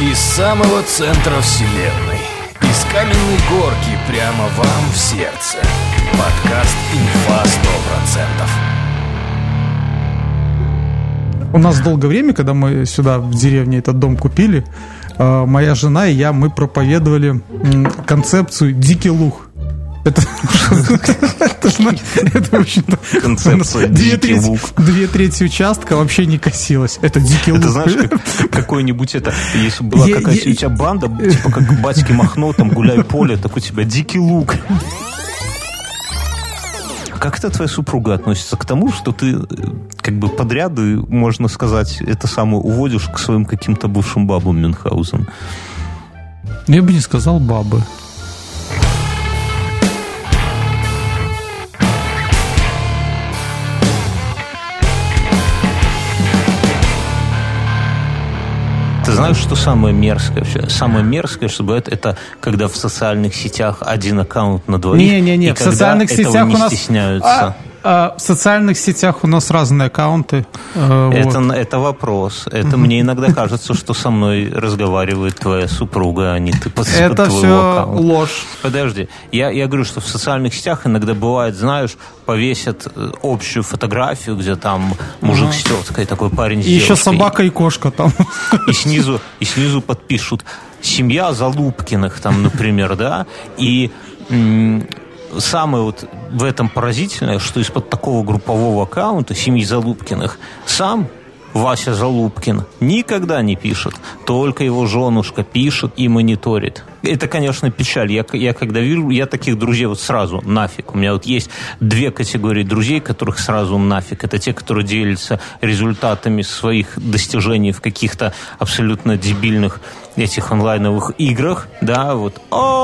Из самого центра вселенной, из каменной горки прямо вам в сердце. Подкаст «Инфа 100%». У нас долгое время, когда мы сюда в деревне этот дом купили, моя жена и я, мы проповедовали концепцию «дикий луг». Это в общем-то, концепция «дикий луг». 2/3 участка вообще не косилось. Это дикий луг. Это знаешь, какой-нибудь это... Если была какая-то у тебя банда, типа как батьки Махно, там гуляй поле, так у тебя дикий луг. Как это твоя супруга относится к тому, что ты как бы подряды, можно сказать, это самое уводишь к своим каким-то бывшим бабам Мюнхгаузен? Я бы не сказал бабы. Ты знаешь, что самое мерзкое вообще? Самое мерзкое, что бывает, это когда в социальных сетях один аккаунт на двоих. Не-не-не, в социальных сетях не у нас... стесняются. В социальных сетях у нас разные аккаунты. Это вопрос. Это мне иногда кажется, что со мной разговаривает твоя супруга, а не ты под это твоего все аккаунта. Ложь. Подожди. Я говорю, что в социальных сетях иногда бывает, знаешь, повесят общую фотографию, где там мужик с теткой, такой парень с девушкой. И еще собака и кошка там. И снизу подпишут «Семья Залупкиных», там, например, да, и... Самое вот в этом поразительное, что из-под такого группового аккаунта семьи Залупкиных сам Вася Залупкин никогда не пишет, только его женушка пишет и мониторит. Это, конечно, печаль. Я когда вижу, я таких друзей вот сразу нафиг. У меня вот есть две категории друзей, которых сразу нафиг. Это те, которые делятся результатами своих достижений в каких-то абсолютно дебильных этих онлайновых играх, да, вот,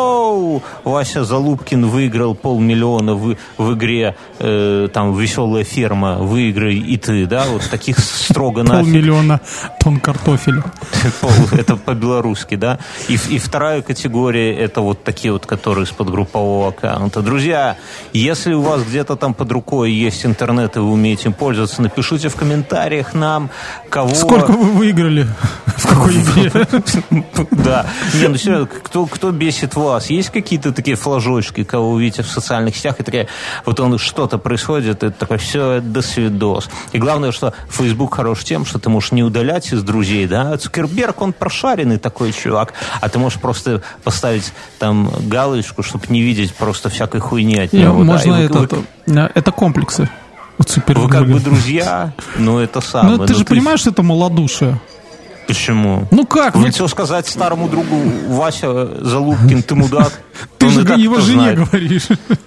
Вася Залупкин выиграл 500 000 в игре, там, «Веселая ферма», выиграй и ты, да, вот таких строго нафиг. 500 000 тонн картофеля. Это по-белорусски, да. И вторая категория, это вот такие вот, которые из-под группового аккаунта. Друзья, если у вас где-то там под рукой есть интернет, и вы умеете им пользоваться, напишите в комментариях нам, кого... Сколько вы выиграли? В какой игре? Да. Не, ну серьезно, кто бесит вас? Есть какие-то такие флажочки, кого вы видите в социальных сетях, и такие, вот он что-то происходит, и такой, все, до свидос. И главное, что Facebook хорош тем, что ты можешь не удалять из друзей, да. Цукерберг, он прошаренный такой чувак, а ты можешь просто поставить там галочку, чтобы не видеть просто всякой хуйни от него. Можно это комплексы. Вы как бы друзья, но это самое. Ну ты же понимаешь, что это малодушие. Почему? Ну как? Вы хотел сказать старому другу: Вася Залупкин, ты мудак. Ты же его жене говоришь.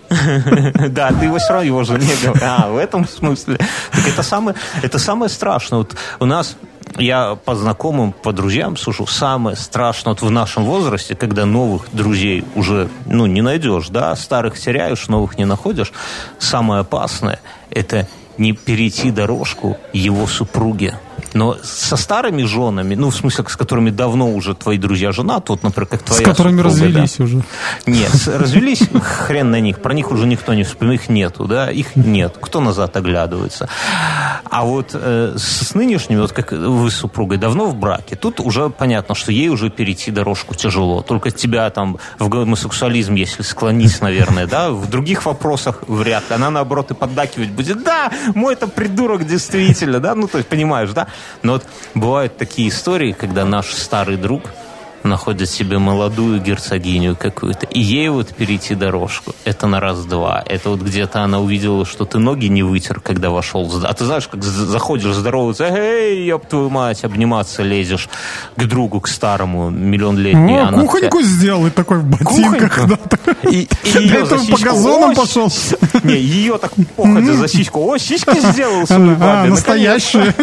Да, ты его все равно его жене говоришь. В этом смысле. Так это самое страшное. Вот у нас, я по знакомым, по друзьям слушаю, самое страшное вот в нашем возрасте, когда новых друзей уже, не найдешь, да, старых теряешь, новых не находишь. Самое опасное – это не перейти дорожку его супруге. Но со старыми женами, в смысле, с которыми давно уже твои друзья женаты, вот, например, как твоя с которыми супруга, развелись, да? Уже. Нет, развелись, хрен на них, про них уже никто не вспоминает, их нету, да, их нет, кто назад оглядывается. А вот с нынешними, вот как вы с супругой давно в браке, тут уже понятно, что ей уже перейти дорожку тяжело, только тебя там в гомосексуализм, если склонить, наверное, да, в других вопросах вряд ли, она наоборот и поддакивать будет, да, мой-то придурок действительно, да, то есть понимаешь, да. Но вот бывают такие истории, когда наш старый друг находит себе молодую герцогиню какую-то, и ей вот перейти дорожку, это на раз-два. Это вот где-то она увидела, что ты ноги не вытер, когда вошел. А ты знаешь, как заходишь здороваться, эй, ёб твою мать, обниматься лезешь к другу, к старому, миллионлетней. Кухоньку сделал, и такой в ботинках. И ее за сиську. По газонам пошел. Не, ее так походя за сиську. Сиськи сделал свою бабе. Настоящие.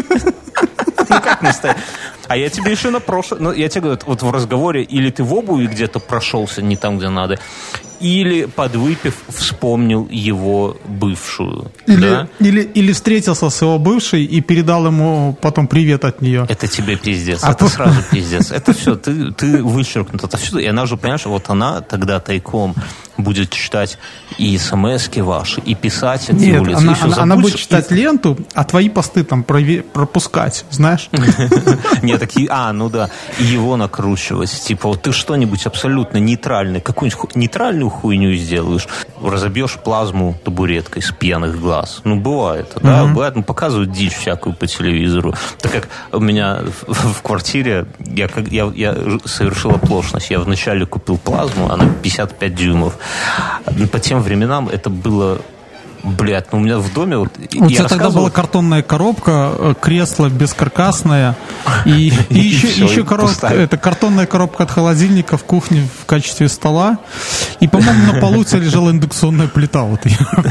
Как настоящие? А я тебе еще на прошлое... я тебе говорю, вот в разговоре или ты в обуви где-то прошелся не там, где надо, или, подвыпив, вспомнил его бывшую. Или встретился с его бывшей и передал ему потом привет от нее. Это тебе пиздец. Это сразу пиздец. Это все, ты вычеркнут отовсюду. И она уже, понимаешь, вот она тогда тайком будет читать и смс-ки ваши, и писать эти Нет, улицы. она будет читать ленту, а твои посты там пропускать, знаешь? Нет, такие, ну да, и его накручивать. Типа, вот ты что-нибудь абсолютно нейтральное, какую-нибудь нейтральную хуйню сделаешь, разобьешь плазму табуреткой с пьяных глаз. Ну, бывает, да, бывает, показывают дичь всякую по телевизору. Так как у меня в квартире, я совершил оплошность. Я вначале купил плазму, она 55 дюймов. По тем временам это было... Блядь, у меня в доме... У тебя тогда была картонная коробка, кресло бескаркасное, и еще картонная коробка от холодильника в кухне в качестве стола. И, по-моему, на полу у тебя лежала индукционная плита. Вот.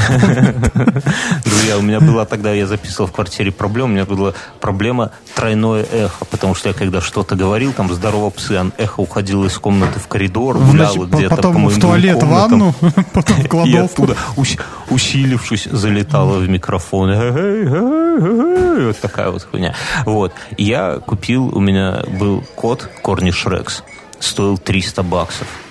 Друзья, у меня была тогда, я записывал в квартире проблему, у меня была проблема тройное эхо, потому что я когда что-то говорил, там здорово псы, эхо уходило из комнаты в коридор, гуляло где-то по моим в туалет, в ванну, потом в кладовку. И оттуда усилившись, залетала в микрофон. Вот такая вот хуйня. Вот. Я купил, у меня был кот Cornish Rex. Стоил $300.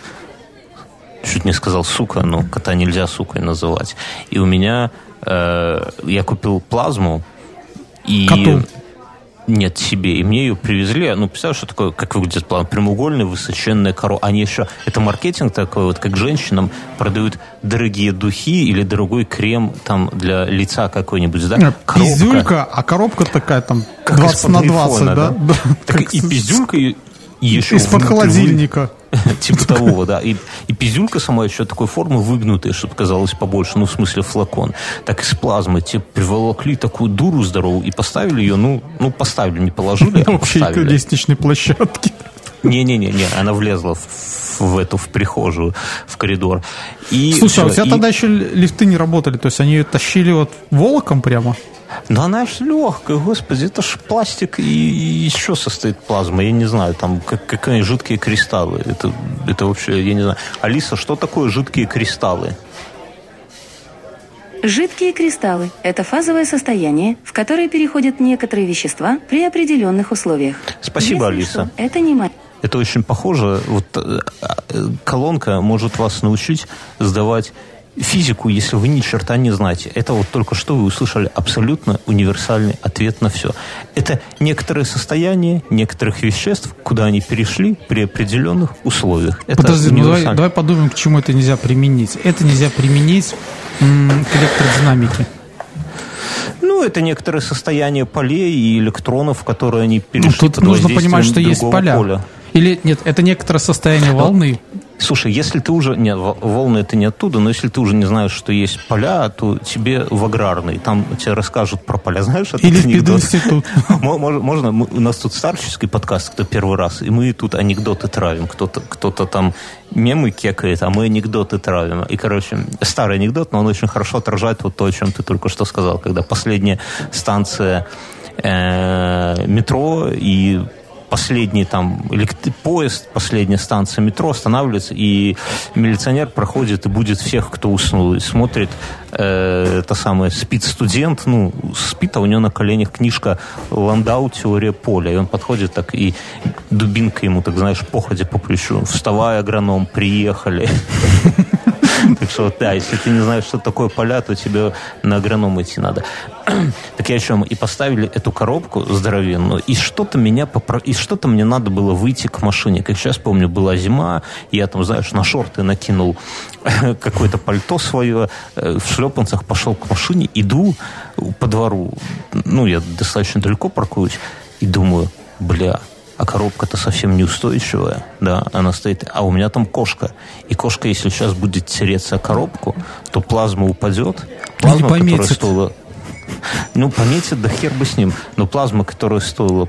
Чуть не сказал сука, но кота нельзя сукой называть. И у меня я купил плазму. И... Коту? Нет, себе. И мне ее привезли. Ну, представляешь, что такое, как выглядит плазма? Прямоугольная, высоченная коробка. Они еще... Это маркетинг такой, вот как женщинам продают дорогие духи или дорогой крем там для лица какой-нибудь, да? Пиздюлька, а коробка такая там 20 на 20, да? Так и пиздюлька еще из-под холодильника. Типа того, да. И пиздюлька сама еще такой формы выгнутая, чтобы казалось побольше, ну, в смысле флакон. Так из плазмы тебе приволокли такую дуру здоровую и поставили ее, ну поставили, не положили, а поставили. На лестничной площадке. Не, она влезла в прихожую, в коридор. Слушай, а у тебя тогда еще лифты не работали, то есть они ее тащили вот волоком прямо? Да она же легкая, господи, это ж пластик и еще состоит плазма, я не знаю, там какие жидкие кристаллы, это вообще, я не знаю. Алиса, что такое жидкие кристаллы? Жидкие кристаллы – это фазовое состояние, в которое переходят некоторые вещества при определенных условиях. Спасибо, Если Алиса. что, это не мать. Это очень похоже, вот колонка может вас научить сдавать физику, если вы ни черта не знаете. Это вот только что вы услышали абсолютно универсальный ответ на все. Это некоторые состояния некоторых веществ, куда они перешли при определенных условиях. Это подожди, давай подумаем, к чему это нельзя применить. Это нельзя применить к электродинамике. Ну, это некоторые состояния полей и электронов, в которые они перешли. Тут нужно понимать, что есть поля. Поля. Или нет, это некоторое состояние волны. Слушай, если ты уже... Нет, волны это не оттуда, но если ты уже не знаешь, что есть поля, то тебе в аграрный. Там тебе расскажут про поля. Знаешь, это или анекдот. пединститут. Можно? У нас тут старческий подкаст, кто первый раз, и мы тут анекдоты травим. Кто-то там мемы кекает, а мы анекдоты травим. И, короче, старый анекдот, но он очень хорошо отражает вот то, о чем ты только что сказал. Когда последняя станция метро и последний там поезд, последняя станция метро останавливается, и милиционер проходит и будет всех, кто уснул, и смотрит, спит студент, спит, а у него на коленях книжка Ландау «Теория поля», и он подходит так и дубинкой ему, так знаешь, походя по плечу: «Вставай, агроном, приехали». Так что, да, если ты не знаешь, что такое поля, то тебе на агроном идти надо. Так я о чем? И поставили эту коробку здоровенную, и что-то мне надо было выйти к машине. Как сейчас помню, была зима, я там, знаешь, на шорты накинул какое-то пальто свое, в шлепанцах пошел к машине, иду по двору, я достаточно далеко паркуюсь, и думаю, а коробка-то совсем неустойчивая, да, она стоит, а у меня там кошка, и кошка, если сейчас будет тереться о коробку, то плазма упадет, плазма, которая стоила... пометит, да хер бы с ним, но плазма, которая стоила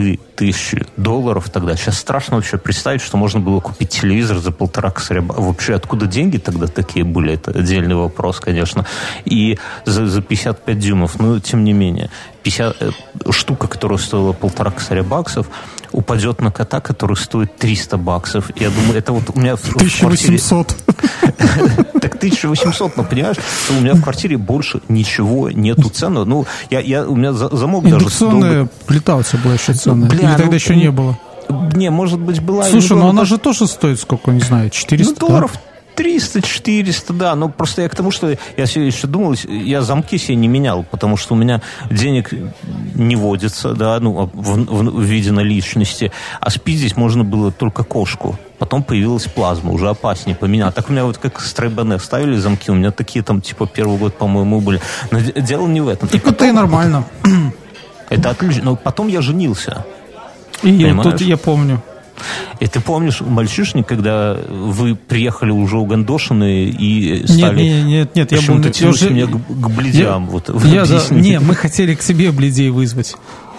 $1500 тогда, сейчас страшно вообще представить, что можно было купить телевизор за $1,5 косаря. Вообще, откуда деньги тогда такие были, это отдельный вопрос, конечно, и за 55 дюймов, но тем не менее, штука, которая стоила $1,5 косаря, упадет на кота, который стоит $300. Я думаю, это вот у меня в 1800. Так 1800, но понимаешь, что у меня в квартире больше ничего нету ценного. У меня замок даже... Индукционная плита у тебя была еще ценная. Или тогда еще не было? Не, может быть, была... Слушай, но она же тоже стоит, сколько, не знаю, $400? 300-400, да, но просто я к тому, что я все еще думал, я замки себе не менял, потому что у меня денег не водится, да, ну, в виде наличности, а спиздить можно было только кошку. Потом появилась плазма, уже опаснее поменял. Так у меня вот как с Трейбане ставили замки, у меня такие там, типа, первый год, по-моему, были. Но дело не в этом. И потом... Это и нормально. Это отлично. Но потом я женился. И тут я помню. И ты помнишь мальчишник, когда вы приехали уже угандошенные и стали... Нет, я был... Ты уже... меня к бледям. Не, мы хотели к себе бледей вызвать.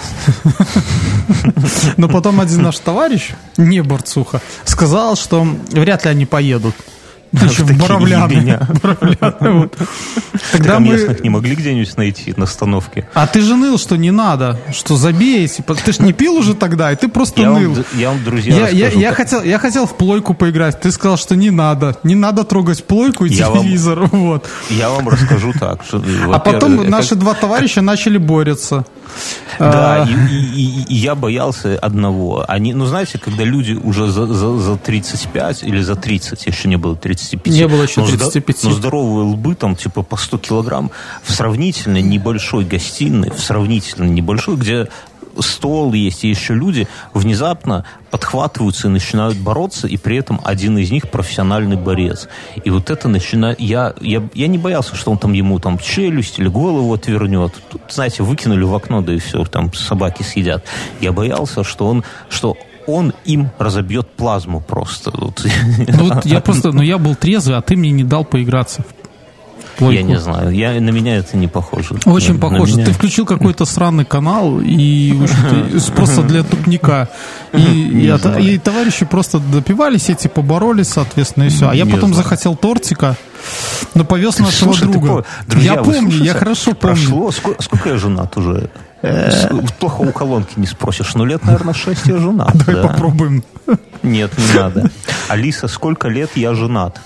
Но потом один наш товарищ, не Борцуха, сказал, что вряд ли они поедут. Боровляны. Тогда местных не могли где-нибудь найти на остановке. А ты же ныл, что не надо, что забей. Ты ж не пил уже тогда, и ты просто ныл. Я вам, друзья, я хотел в плойку поиграть. Ты сказал, что не надо. Не надо трогать плойку и телевизор. Я вам расскажу так. А потом наши два товарища начали бороться. Да, и я боялся одного. Ну, знаете, когда люди уже за 35 или за 30, еще не было 35. Не было еще 35. Но здоровые лбы, там, типа, по 100 килограмм, в сравнительно небольшой гостиной, где стол есть, и еще люди внезапно подхватываются и начинают бороться, и при этом один из них профессиональный борец. И вот это начинает... Я не боялся, что он там ему там челюсть или голову отвернет. Тут, знаете, выкинули в окно, да и все, там собаки съедят. Я боялся, что он им разобьет плазму просто. Я был трезвый, а ты мне не дал поиграться. Я не знаю, на меня это не похоже. Очень похоже. Ты включил какой-то сраный канал и просто для тупника. И товарищи просто допивались, эти поборолись, соответственно, и все. А я потом захотел тортика, но повез нашего друга. Я помню, я хорошо помню. Сколько я женат уже? Плохо у колонки не спросишь. Ну, лет, наверное, 6 я женат. Давай попробуем. Нет, не надо. Алиса, сколько лет я женат?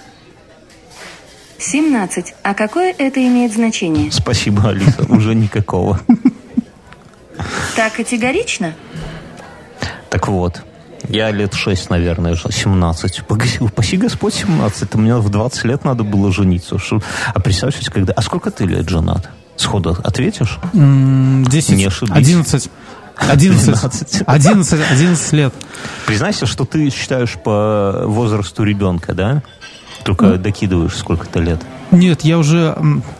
17. А какое это имеет значение? Спасибо, Алиса. Уже никакого. Так категорично? Так вот. Я лет 6, наверное, 17. Упаси Господь, 17. У меня в 20 лет надо было жениться. А представьте, когда... А сколько ты лет женат? Сходу ответишь? 10. Не ошибись. 11 лет. Признайся, что ты считаешь по возрасту ребенка, да? Только докидываешь сколько-то лет. Нет, я уже...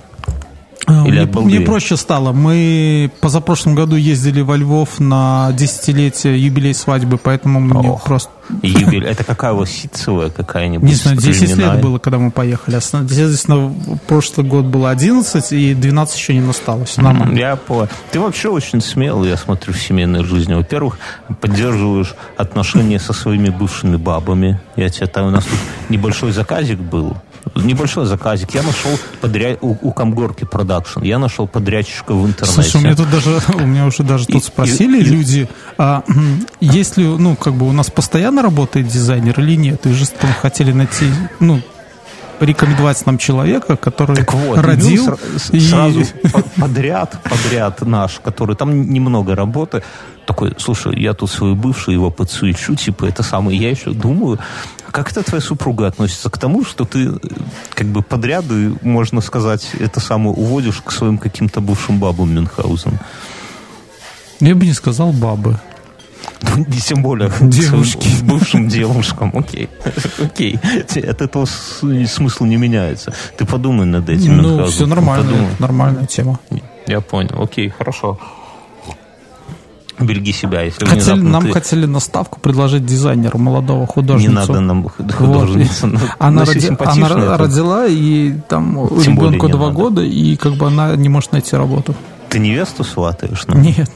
Мне проще стало. Мы позапрошлом году ездили во Львов на 10-летие юбилей свадьбы, поэтому мне просто... Юбилей. Это какая у вас ситцевая какая-нибудь? Не знаю, 10 лет было, когда мы поехали. Естественно, прошлый год было 11, и 12 еще не настало. Все нормально. Я понял. Ты вообще очень смелый, я смотрю, в семейной жизни. Во-первых, поддерживаешь отношения со своими бывшими бабами. У нас тут небольшой заказик был. Небольшой заказик. Я нашел у Камгорки Продакшн. Я нашел подрядчика в интернете. Слушай, у меня уже даже тут спросили люди, есть ли, у нас постоянно работает дизайнер или нет? И же там хотели найти, порекомендовать нам человека, который родил. Сразу подряд наш, который там немного работы. Такой, слушай, я тут свою бывшую его подсуечу, типа, это самое. Я еще думаю, как это твоя супруга относится к тому, что ты подряды, можно сказать, это самое, уводишь к своим каким-то бывшим бабам Мюнхгаузен? Я бы не сказал бабы. Тем более девушки. Бывшим девушкам. Окей. От этого смысл не меняется. Ты подумай над этим. Все нормально. Нормальная тема. Я понял. Окей, хорошо. Береги себя, если Нам хотели на ставку предложить дизайнера, молодого художницу. Не надо нам художницу. Она родила, и там ребенку 2 года, и она не может найти работу. Ты невесту сватаешь? Нет.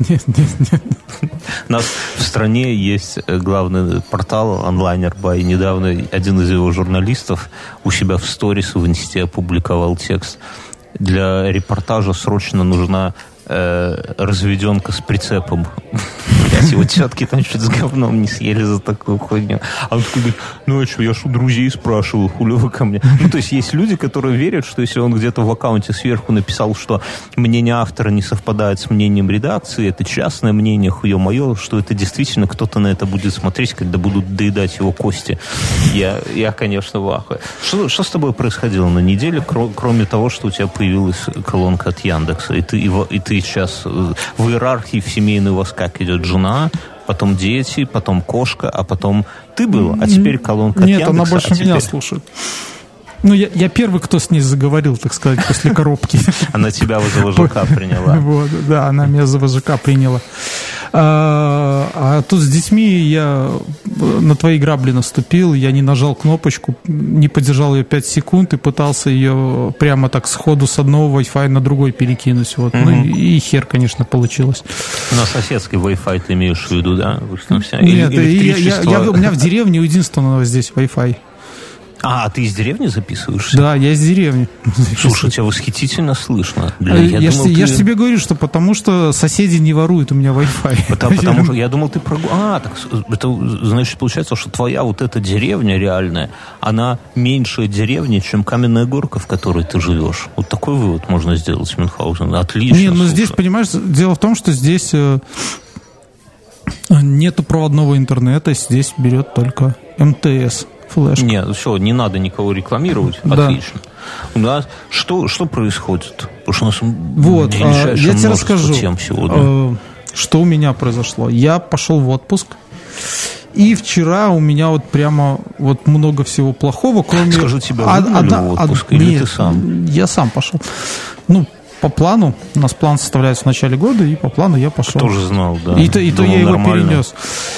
У нас в стране есть главный портал онлайнер.бай. Недавно один из его журналистов у себя в сторис в инсте опубликовал текст. Для репортажа срочно нужна разведенка с прицепом. блядь, его тетки там что-то с говном не съели за такую хуйню. А он такой говорит, ну а что, я ж у друзей спрашивал, хули вы ко мне. Ну, то есть есть люди, которые верят, что если он где-то в аккаунте сверху написал, что мнение автора не совпадает с мнением редакции, это частное мнение, хуе мое, что это действительно кто-то на это будет смотреть, когда будут доедать его кости. Я конечно, в ахуе. Что с тобой происходило на неделе, кроме того, что у тебя появилась колонка от Яндекса, и ты сейчас в иерархии в семейной у вас как идет? Жена, потом дети, потом кошка, а потом ты был, а теперь колонка от Яндекса. Нет, она больше меня слушает. Ну, я первый, кто с ней заговорил, так сказать, после коробки. Она тебя за ВЖК приняла. Да, она меня за ВЖК приняла. А тут с детьми я на твои грабли наступил, я не нажал кнопочку, не подержал ее 5 секунд и пытался ее прямо так сходу с одного Wi-Fi на другой перекинуть. Вот. Ну и хер, конечно, получилось. На соседский Wi-Fi ты имеешь в виду, да? Нет, у меня в деревне у единственного здесь Wi-Fi. А ты из деревни записываешься? Да, я из деревни. Слушай, тебя восхитительно слышно. Я же тебе говорю, что потому что соседи не воруют у меня Wi-Fi. Потому что я думал, ты про... так это значит, получается, что твоя вот эта деревня реальная, она меньшая деревня, чем Каменная Горка, в которой ты живешь. Вот такой вывод можно сделать с Мюнхгаузена. Отлично. Нет, но здесь, понимаешь, дело в том, что здесь нету проводного интернета, здесь берет только МТС. Флешка. Нет, все, не надо никого рекламировать. Да. Отлично. У нас что происходит? Потому что у нас вот, я тебе расскажу, тем сегодня. Что у меня произошло. Я пошел в отпуск, и вчера у меня вот прямо вот много всего плохого, кроме... Скажи, тебя выгнали в отпуск или ты сам? Я сам пошел. Ну, по плану, у нас план составляется в начале года, и по плану я пошел. Тоже знал, да. И то я его перенес.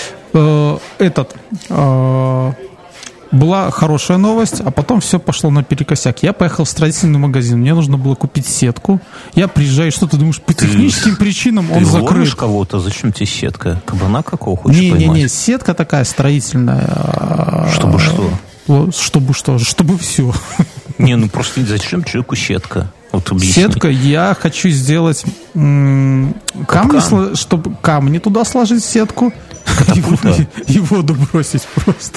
Была хорошая новость, а потом все пошло наперекосяк. Я поехал в строительный магазин, мне нужно было купить сетку. Я приезжаю, что ты думаешь, по техническим причинам он закрыт. Ты кого-то? Зачем тебе сетка? Кабана какого хочешь поймать? Не, сетка такая строительная. Чтобы что? Чтобы что? Чтобы все. Не, ну просто зачем человеку сетка? Вот объясни. Сетка, я хочу сделать камни, чтобы камни туда сложить в сетку. И воду бросить просто.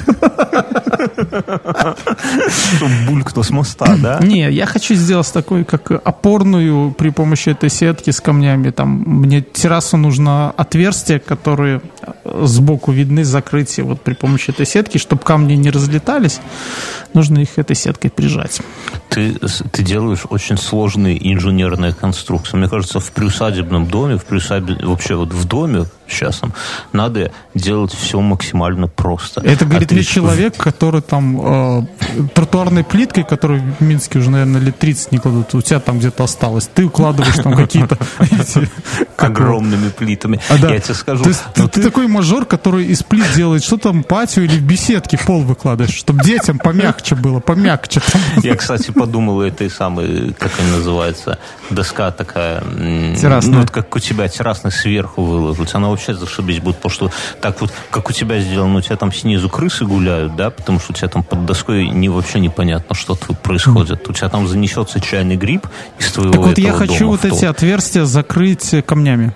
Чтобы булькнуло с моста, да? Не, я хочу сделать такой, как опорную при помощи этой сетки с камнями. Там мне террасу нужно отверстия, которые сбоку видны, закрыть вот при помощи этой сетки, чтобы камни не разлетались. Нужно их этой сеткой прижать. Ты делаешь очень сложные инженерные конструкции. Мне кажется, в приусадебном доме, вообще вот в доме частном, надо делать все максимально просто. Это говорит мне человек, который там тротуарной плиткой, которую в Минске уже, наверное, лет 30 не кладут, у тебя там где-то осталось. Ты укладываешь там какие-то... Огромными плитами. Я тебе скажу... Ты такой мажор, который из плит делает, что там, патио или в беседке пол выкладываешь, чтобы детям помягче было, помягче. Я, кстати, подумал, этой самой, как она называется, доска такая... Террасная. Ну, вот как у тебя, террасная сверху выложить. Она вообще зашибись будет, потому что так вот, как у тебя сделано, у тебя там снизу крысы гуляют, да, потому что у тебя там под доской вообще непонятно, что тут происходит. У тебя там занесется чайный гриб из твоего дома. Так вот я хочу вот эти отверстия закрыть камнями.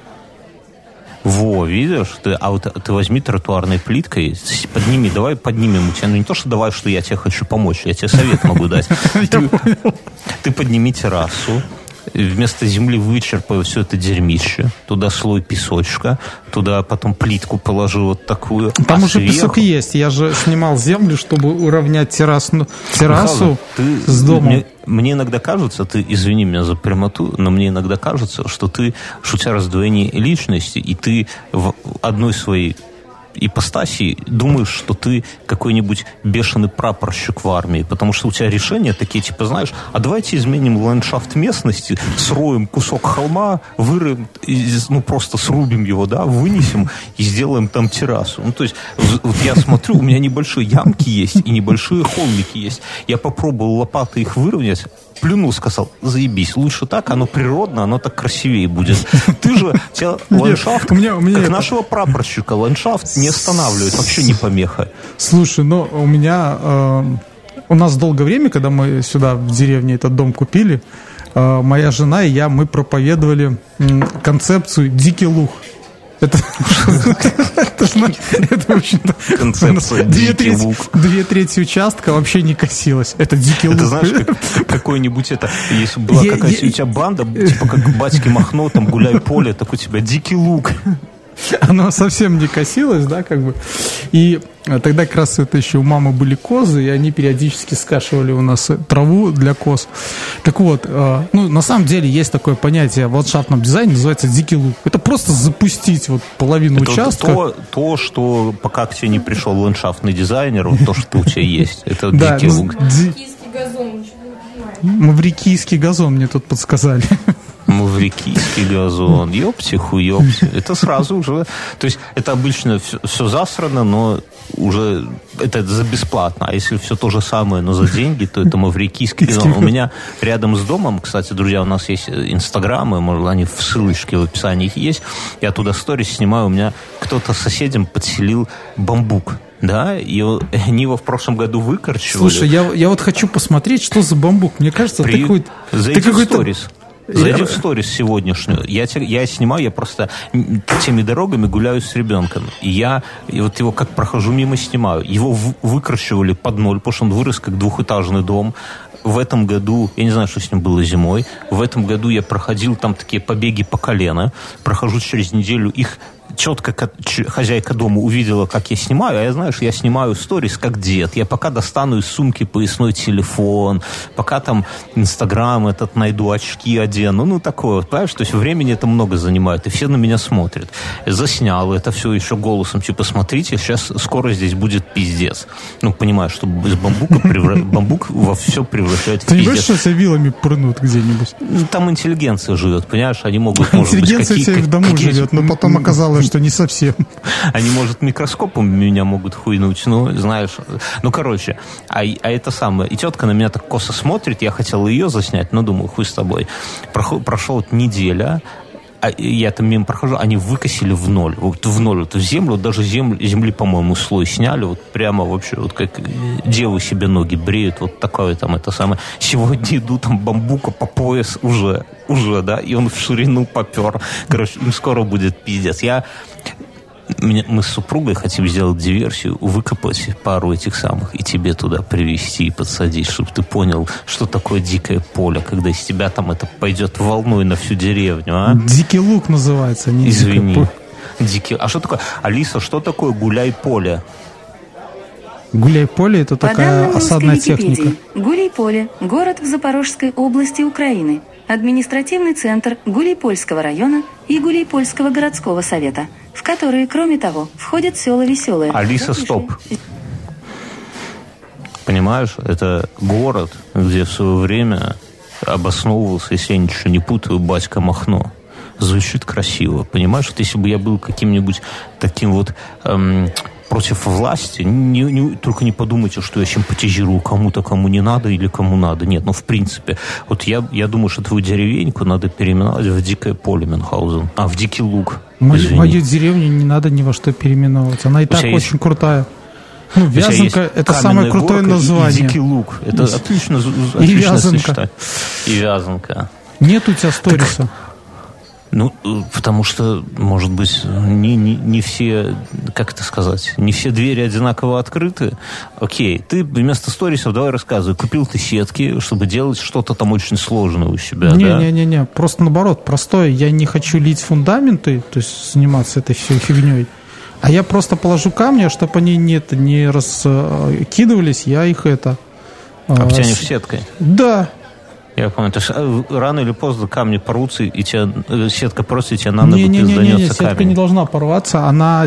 Во, видишь? Ты возьми тротуарной плиткой, давай поднимем у тебя. Ну не то, что давай, что я тебе хочу помочь, я тебе совет могу дать. Ты подними террасу, вместо земли вычерпаю все это дерьмище, туда слой песочка, туда потом плитку положу вот такую. Там уже песок есть. Я же снимал землю, чтобы уравнять террасу с домом. Мне иногда кажется, извини меня за прямоту, но мне иногда кажется, что у тебя раздвоение личности, и ты в одной своей ипостаси думаешь, что ты какой-нибудь бешеный прапорщик в армии, потому что у тебя решения такие, типа, знаешь, а давайте изменим ландшафт местности, сроем кусок холма, вырыем, просто срубим его, да, вынесем и сделаем там террасу. Ну, то есть, вот я смотрю, у меня небольшие ямки есть и небольшие холмики есть. Я попробовал лопатой их выровнять, плюнул, сказал, заебись, лучше так, оно природно, оно так красивее будет. Ты же, тебя ландшафт, как нашего прапорщика, ландшафт не останавливает, вообще не помеха. Слушай, у нас долгое время, когда мы сюда в деревне этот дом купили, моя жена и я, мы проповедовали концепцию «дикий луг». Это, в общем-то, концепция дикий лук. 2/3 участка вообще не косилось. Это дикий лук. Это знаешь, какой-нибудь это, если была какая-то у тебя банда, типа как батьки Махно, там гуляй поле, так у тебя дикий лук. Оно совсем не косилось, да, как бы. И тогда как раз это еще у мамы были козы, и они периодически скашивали у нас траву для коз. Так вот, на самом деле есть такое понятие в ландшафтном дизайне, называется дикий лук. Это просто запустить вот половину это участка. То, что пока к тебе не пришел ландшафтный дизайнер, вот то, что у тебя есть. Это дикий лук. Маврикийский газон мне тут подсказали. Маврикийский газон. Ёпти-хуёпти. Это сразу уже... То есть это обычно все засрано, но уже это за бесплатно. А если все то же самое, но за деньги, то это маврикийский газон. У меня рядом с домом, кстати, друзья, у нас есть инстаграмы, может, они в ссылочке в описании есть. Я туда сторис снимаю, у меня кто-то соседям подселил бамбук. Да, и они его в прошлом году выкорчевали. Слушай, я вот хочу посмотреть, что за бамбук. Мне кажется, ты какой-то... Зайди в сторис. Зайди в сторис сегодняшнюю. Я снимаю, я просто теми дорогами гуляю с ребенком. И вот его как прохожу мимо, снимаю. Его выкорчевали под ноль, потому что он вырос как двухэтажный дом. В этом году, я не знаю, что с ним было зимой, в этом году я проходил там такие побеги по колено. Прохожу через неделю, их четко хозяйка дома увидела, как я снимаю, а я, знаешь, я снимаю сторис как дед. Я пока достану из сумки поясной телефон, пока там Инстаграм этот найду, очки одену, ну такое вот, понимаешь, то есть времени это много занимает, и все на меня смотрят. Заснял это все еще голосом, типа, смотрите, сейчас скоро здесь будет пиздец. Ну, понимаешь, что из бамбук во все превращает в пиздец. Ты не боишься, что себя вилами прынут где-нибудь? Там интеллигенция живет, понимаешь, они могут, интеллигенция у тебя в дому живет, но потом оказалось, что не совсем. Они, может, микроскопом меня могут хуйнуть, ну, знаешь. Ну, короче, а это самое. И тетка на меня так косо смотрит, я хотел ее заснять, но думаю, хуй с тобой. Прошла неделя, я там мимо прохожу, они выкосили в ноль, вот в землю, даже земли, по-моему, слой сняли, вот прямо вообще, вот как девы себе ноги бреют, вот такое там это самое. Сегодня иду, там бамбука по пояс уже, да, и он в ширину попер. Короче, им скоро будет пиздец. Мы с супругой хотим сделать диверсию, выкопать пару этих самых и тебе туда привезти и подсадить, чтобы ты понял, что такое дикое поле, когда из тебя там это пойдет волной на всю деревню, а? Дикий лук называется, не извини. А что такое? Алиса, что такое гуляй-поле? Гуляй-поле — это такая осадная техника. Гуляй-поле — город в Запорожской области Украины. Административный центр Гуляйпольского района и Гуляйпольского городского совета, в которые, кроме того, входят села Веселые. Алиса, стоп. Понимаешь, это город, где в свое время обосновывался, если я ничего не путаю, батька Махно. Звучит красиво, понимаешь? Вот если бы я был каким-нибудь таким вот... против власти, только не подумайте, что я симпатизирую кому-то, кому не надо или кому надо. Нет, в принципе. Вот я думаю, что твою деревеньку надо переименовать в Дикое поле Мюнхгаузен. В Дикий луг. Мою деревню не надо ни во что переименовывать. Она и так очень крутая. Вязанка — это самое крутое название. И Дикий луг. Это отлично сочетать. И Вязанка. Нет у тебя сториса. Потому что, может быть, не все, как это сказать, не все двери одинаково открыты. Окей, ты вместо сторисов давай рассказывай. Купил ты сетки, чтобы делать что-то там очень сложное у себя, да? Не, просто наоборот, простое. Я не хочу лить фундаменты, то есть заниматься этой всей фигней. А я просто положу камни, чтобы они не раскидывались, я их обтянешь сеткой? Да. Я помню, то есть рано или поздно камни порвутся, и сетка просто тебе на ногу пизданется камень. Сетка не должна порваться, она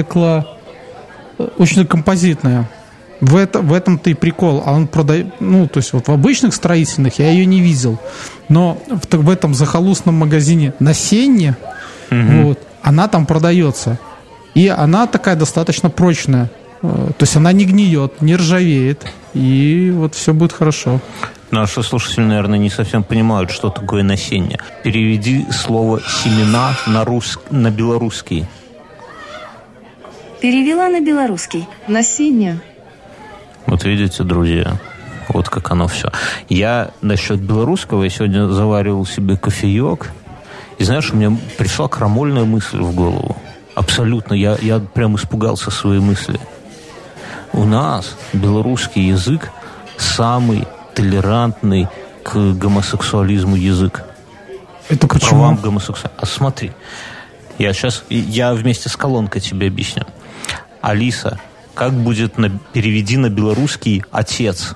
очень композитная. В этом-то и прикол. А он продает, то есть вот в обычных строительных я ее не видел. Но в этом захолустном магазине на Сенне, она там продается. И она такая достаточно прочная. То есть она не гниет, не ржавеет. И вот все будет хорошо. Наши слушатели, наверное, не совсем понимают, что такое насенье. Переведи слово «семена» на белорусский. Перевела на белорусский. Насенье. Вот видите, друзья, вот как оно все. Я насчет белорусского, я сегодня заваривал себе кофеек, и знаешь, у меня пришла крамольная мысль в голову. Абсолютно. Я прям испугался своей мысли. У нас белорусский язык самый толерантный к гомосексуализму язык. Это к почему? Правам гомосексуализма. А смотри, я вместе с колонкой тебе объясню. Алиса, как будет переведи на белорусский отец?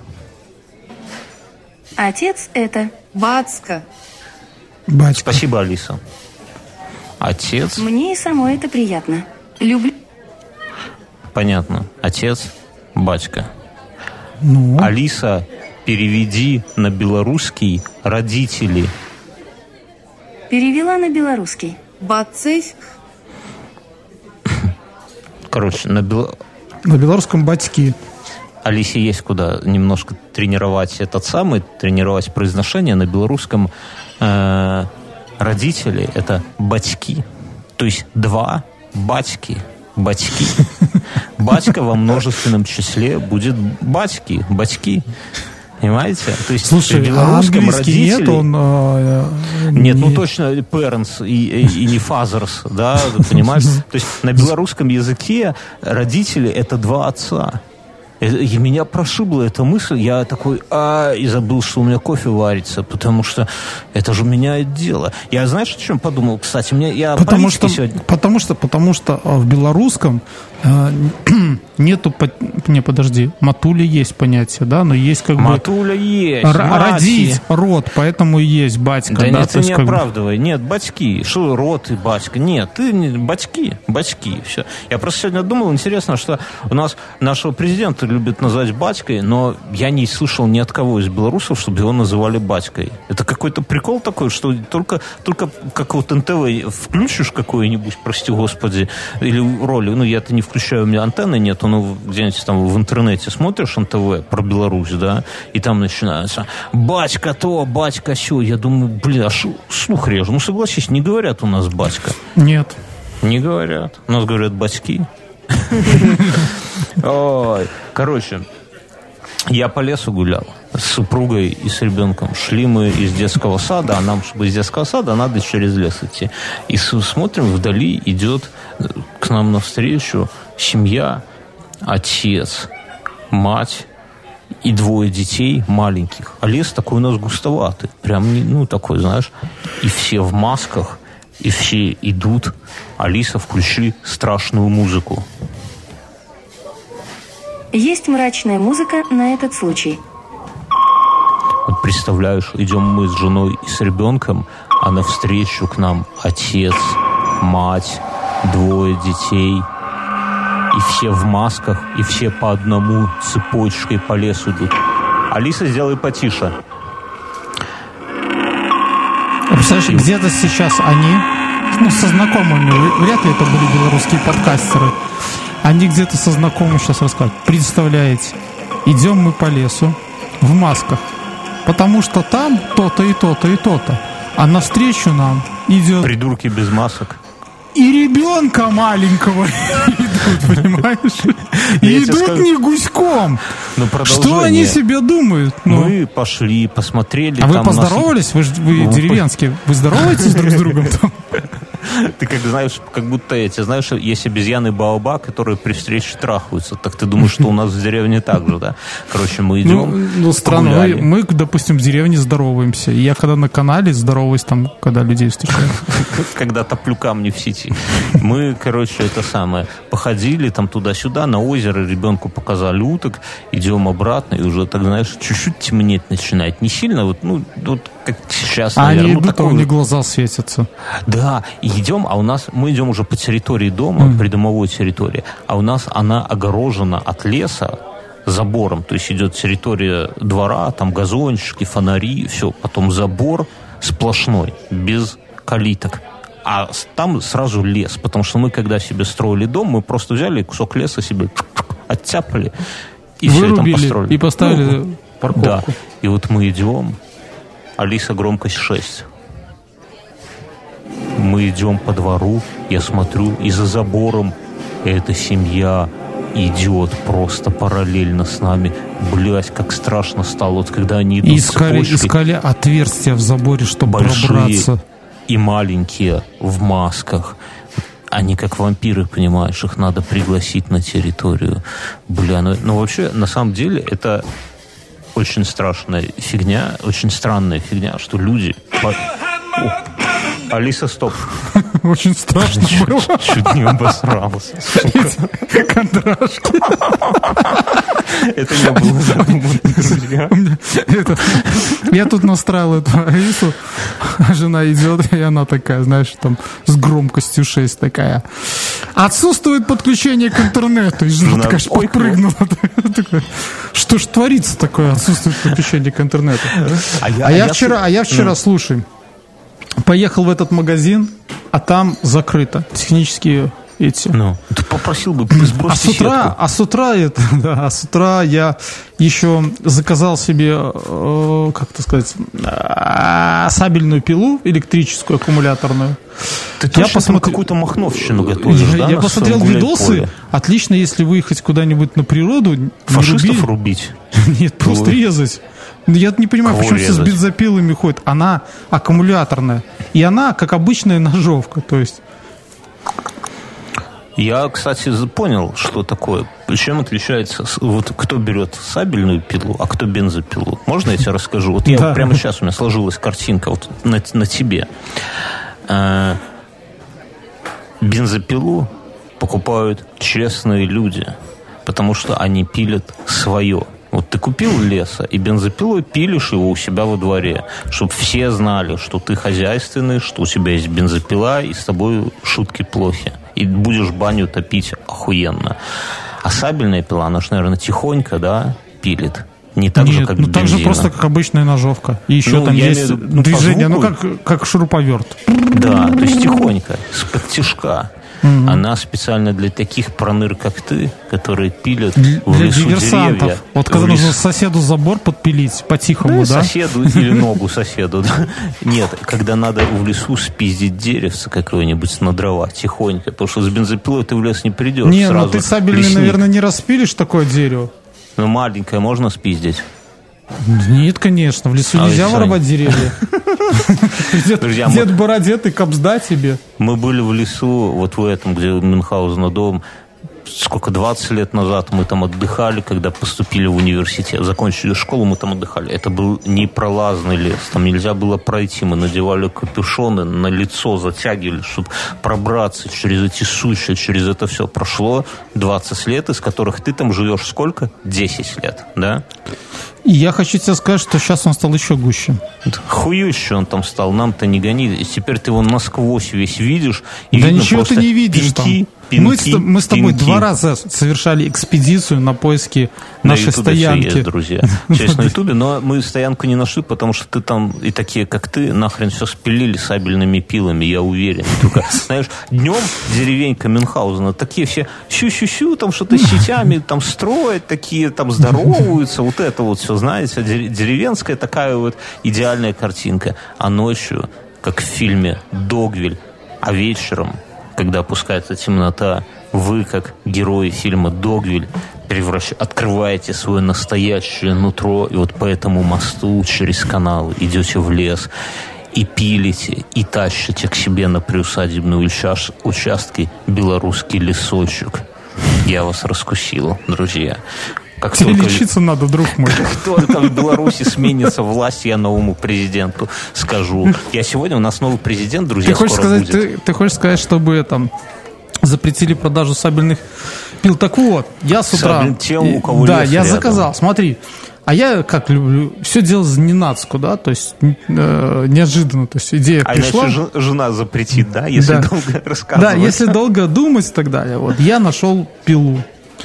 Отец — это... Бацка. Батька. Спасибо, Алиса. Отец. Мне и самой это приятно. Люблю... Понятно. Отец, батька. Ну, Алиса, переведи на белорусский родители. Перевела на белорусский. Бацевь. Короче, на белорусском батьки. Алисе есть куда немножко тренировать тренировать произношение. На белорусском родители — это батьки. То есть два батьки. Батьки. Батька во множественном числе будет батьки. Понимаете? То есть слушай, в белорусском английский родители... нет, он... Нет, ну точно parents и не fathers, да, понимаешь? То есть на белорусском языке родители — это два отца. И меня прошибла эта мысль, я такой, и забыл, что у меня кофе варится, потому что это же меняет дело. Я, знаешь, о чем подумал, кстати? Потому что в белорусском нету... Не, подожди, матуля есть понятие, да, но есть как матуля есть, родить, род, поэтому и есть батька. Да, да, нет, ты не оправдывай. Нет, батьки. Что род и батька? Нет, ты батьки. Все. Я просто сегодня думал, интересно, что у нас нашего президента любят назвать батькой, но я не слышал ни от кого из белорусов, чтобы его называли батькой. Это какой-то прикол такой, что только как вот НТВ включишь какое-нибудь, прости господи, или роли, я-то не включаю, у меня антенны нет, где-нибудь там в интернете смотришь НТВ про Беларусь, да, и там начинается батька то, батька сё. Я думаю, слух режу. Согласись, не говорят у нас батька. Нет. Не говорят. У нас говорят батьки. Ой, короче, я по лесу гулял с супругой и с ребенком. Шли мы из детского сада, а нам, чтобы из детского сада, надо через лес идти. И смотрим, вдали идет к нам навстречу семья, отец, мать и двое детей маленьких. А лес такой у нас густоватый. Прям, такой, знаешь. И все в масках, и все идут. Алиса, включи страшную музыку. Есть мрачная музыка на этот случай. Вот представляешь, идем мы с женой и с ребенком, а навстречу к нам отец, мать, двое детей. И все в масках, и все по одному цепочкой по лесу идут. Алиса, сделай потише. Представляешь, где-то сейчас они, со знакомыми, вряд ли это были белорусские подкастеры, они где-то со знакомыми сейчас рассказывают. Представляете, идем мы по лесу в масках, потому что там то-то и то-то и то-то, а навстречу нам идет... Придурки без масок. И ребенка маленького идут, понимаешь? И идут не гуськом. Что они себе думают? Мы пошли, посмотрели. А вы поздоровались? Вы деревенские. Вы здороваетесь друг с другом там? Ты как знаешь, как будто знаешь, есть обезьяны Баоба, которые при встрече трахаются. Так ты думаешь, что у нас в деревне так же, да? Короче, мы идем. Странно. Мы, допустим, в деревне здороваемся. И я когда на канале здороваюсь там, когда людей встречаю. Когда топлю камни в сети. Мы, это самое, походили там туда-сюда, на озеро, ребенку показали уток, идем обратно, и уже, так знаешь, чуть-чуть темнеть начинает. Не сильно, вот как сейчас, наверное. Они идут, а у них глаза светятся. Да, и идем, мы идем уже по территории дома, придомовой территории, а у нас она огорожена от леса забором, то есть идет территория двора, там газончики, фонари, все, потом забор сплошной, без калиток. А там сразу лес, потому что мы, когда себе строили дом, мы просто взяли кусок леса себе оттяпали и все там построили. И поставили парковку. Да, и вот мы идем, Алиса, громкость 6. Мы идем по двору, я смотрю, и за забором эта семья идет просто параллельно с нами. Блять, как страшно стало, вот когда они идут искали отверстия в заборе, чтобы большие пробраться. И маленькие в масках. они как вампиры, понимаешь, их надо пригласить на территорию. Бля, ну вообще, на самом деле, это очень страшная фигня, очень странная фигня, что люди... Алиса, стоп. Очень страшно было. Чуть не обосрался. Кондрашки. Это не было задумано, друзья. Я тут настраивал эту Алису, жена идет, и она такая, знаешь, там с громкостью 6 такая. Отсутствует подключение к интернету. И жена такая аж подпрыгнула. Что ж творится такое, отсутствует подключение к интернету? А я вчера, слушай, поехал в этот магазин, а там закрыто. Технические эти. Ну, ты попросил бы сбросить сетку. А с утра я еще заказал себе, как это сказать, сабельную пилу электрическую, аккумуляторную. Ты точно какую-то махновщину готовишь, да? Я посмотрел видосы. Отлично, если выехать куда-нибудь на природу. Фашистов рубить? Нет, просто резать. Я не понимаю, почему все с бензопилами ходят. Она аккумуляторная. И она, как обычная ножовка. То есть... Я, кстати, понял, что такое. Чем отличается, вот кто берет сабельную пилу, а кто бензопилу. Можно я тебе расскажу? Вот я прямо сейчас у меня сложилась картинка вот на тебе. Бензопилу покупают честные люди, потому что они пилят свое. Вот ты купил леса, и бензопилой пилишь его у себя во дворе, чтобы все знали, что ты хозяйственный, что у тебя есть бензопила, и с тобой шутки плохи. И будешь баню топить охуенно. А сабельная пила, она же, наверное, тихонько, да, пилит. Не так же, как бензина. Так же просто, как обычная ножовка. И еще там есть движение, как шуруповерт. Да, то есть тихонько, с-под тишка. Она специально для таких проныр, как ты, которые пилят в лесу диверсантов. Деревья. Вот когда нужно соседу забор подпилить по-тихому, да? Соседу или ногу соседу. Да? Нет, когда надо в лесу спиздить деревце какое-нибудь на дрова, тихонько. Потому что с бензопилой ты в лес не придешь. Не, ну ты сабельный, наверное, не распилишь такое дерево. Ну, маленькое можно спиздить? Нет, конечно. В лесу нельзя воровать деревья. Дед бородетый, капсда тебе. Мы были в лесу, вот в этом, где у Мюнхгаузена дом. Сколько, 20 лет назад мы там отдыхали, когда поступили в университет. Закончили школу, мы там отдыхали. Это был непролазный лес. Там нельзя было пройти. Мы надевали капюшоны, на лицо затягивали, чтобы пробраться через эти сучья, через это все. Прошло 20 лет, из которых ты там живешь сколько? 10 лет, да? И я хочу тебе сказать, что сейчас он стал еще гуще. Хующе он там стал, нам-то не гони. И теперь ты его насквозь весь видишь. И да ничего ты не видишь пеньки, там. Мы с тобой 2 раза совершали экспедицию на поиски нашей стоянки. Есть, друзья. Через на Ютубе, но мы стоянку не нашли, потому что ты там и такие, как ты, нахрен все спилили сабельными пилами, я уверен. Только, знаешь, днем деревенька Мюнхгаузена, такие все щу-щу-щу, там что-то с сетями там строят, такие там здороваются, вот это вот все, знаете, деревенская такая вот идеальная картинка. А ночью, как в фильме «Догвиль», а вечером, когда опускается темнота, вы, как герои фильма «Догвиль», открываете свое настоящее нутро, и вот по этому мосту через канал идете в лес и пилите, и тащите к себе на приусадебные участки белорусский лесочек. Я вас раскусил, друзья. Как тебе лечиться надо, друг мой. Как только в Беларуси сменится власть, я новому президенту скажу. Сегодня у нас новый президент, друзья, скоро будет. Ты хочешь сказать, чтобы там запретили продажу сабельных пил? Так вот, я с утра... Да, я заказал, смотри. А я, как люблю, все делать зненацку, да, то есть неожиданно, то есть идея пришла. А иначе жена запретит, да, если долго рассказывать. Да, если долго думать и так далее. Вот, я нашел пилу.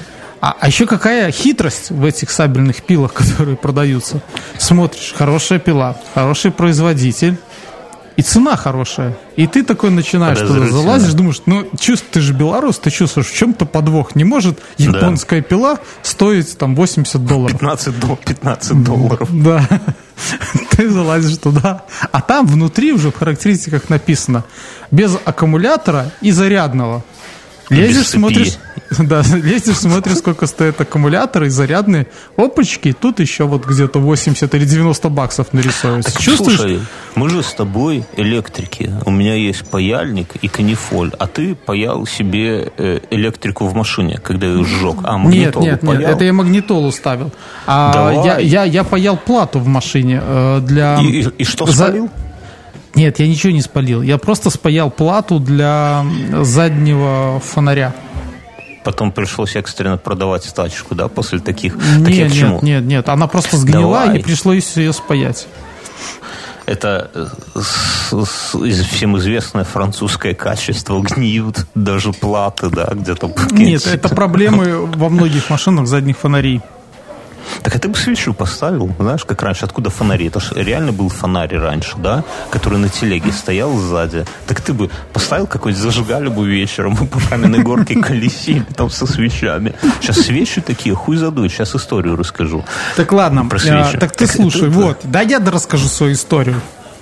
А еще какая хитрость в этих сабельных пилах, которые продаются. Смотришь, хорошая пила, хороший производитель, и цена хорошая. И ты такой начинаешь туда залазишь, думаешь, ты же белорус, ты чувствуешь, в чем-то подвох. Не может японская пила стоить там $80. 15 долларов. Да. Ты залазишь туда, а там внутри уже в характеристиках написано без аккумулятора и зарядного. Лезешь, смотришь, Да, лезешь, смотришь, сколько стоят аккумуляторы и зарядные. Опачки, тут еще вот где-то 80 или 90 баксов нарисуется. Так, чувствуешь? Слушай, мы же с тобой электрики. У меня есть паяльник и канифоль, а ты паял себе электрику в машине, когда ее сжег. А, магнитолу нет, паял? Это я магнитолу ставил. Я паял плату в машине для... И что спалил? Нет, я ничего не спалил. Я просто спаял плату для заднего фонаря. Потом пришлось экстренно продавать тачку, да, после таких... Нет. Она просто сгнила, и пришлось ее спаять. Это всем известное французское качество. Гниют даже платы, да, где-то... Нет, это проблемы во многих машинах задних фонарей. Так а ты бы свечу поставил, знаешь, как раньше, откуда фонари? Это же реально был фонарь раньше, да, который на телеге стоял сзади. Так ты бы поставил какой-то, зажигали бы вечером, мы по каменной горке колесили там со свечами. Сейчас свечи такие, хуй задуй, сейчас историю расскажу. Так ладно, так ты слушай, вот, да я расскажу свою историю.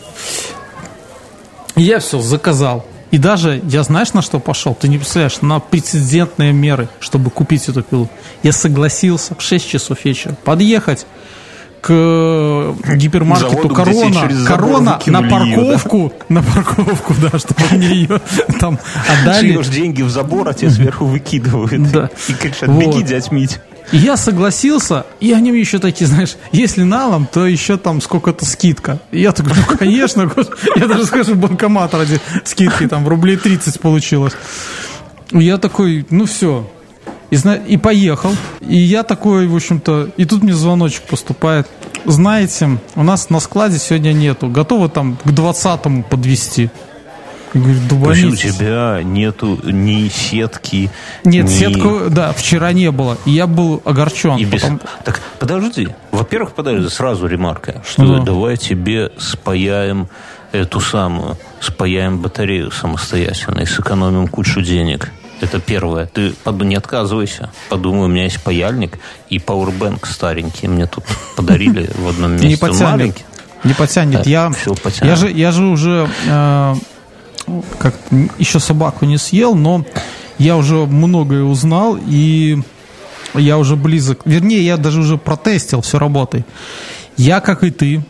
Я все заказал. И даже, я знаешь, на что пошел? Ты не представляешь, на прецедентные меры, чтобы купить эту пилу. Я согласился в 6 часов вечера подъехать к гипермаркету Корона на парковку, да, чтобы мне ее там отдали. Шлешь деньги в забор, а тебе сверху выкидывают. Да. И кричат: беги, дядь Мить. И я согласился, и они мне еще такие, знаешь, если налом, то еще там сколько-то скидка. И я такой, ну, конечно, я даже скажу, банкомат ради скидки, там, рублей 30 получилось. И я такой, ну, все. И поехал. И я такой, в общем-то, и тут мне звоночек поступает. Знаете, у нас на складе сегодня нету, готовы там к 20-му подвезти. Говорит, то есть у тебя нету ни сетки? Нет, сетку, да, вчера не было. И я был огорчен. Так, подожди. Во-первых, сразу ремарка, что давай тебе спаяем спаяем батарею самостоятельно и сэкономим кучу денег. Это первое. Ты не отказывайся. Подумай, у меня есть паяльник и пауэрбэнк старенький. Мне тут подарили в одном месте. Не потянет. Я же уже... как-то еще собаку не съел, но я уже многое узнал, и я уже близок. Вернее, я даже уже протестил, все работает. Я, как и ты,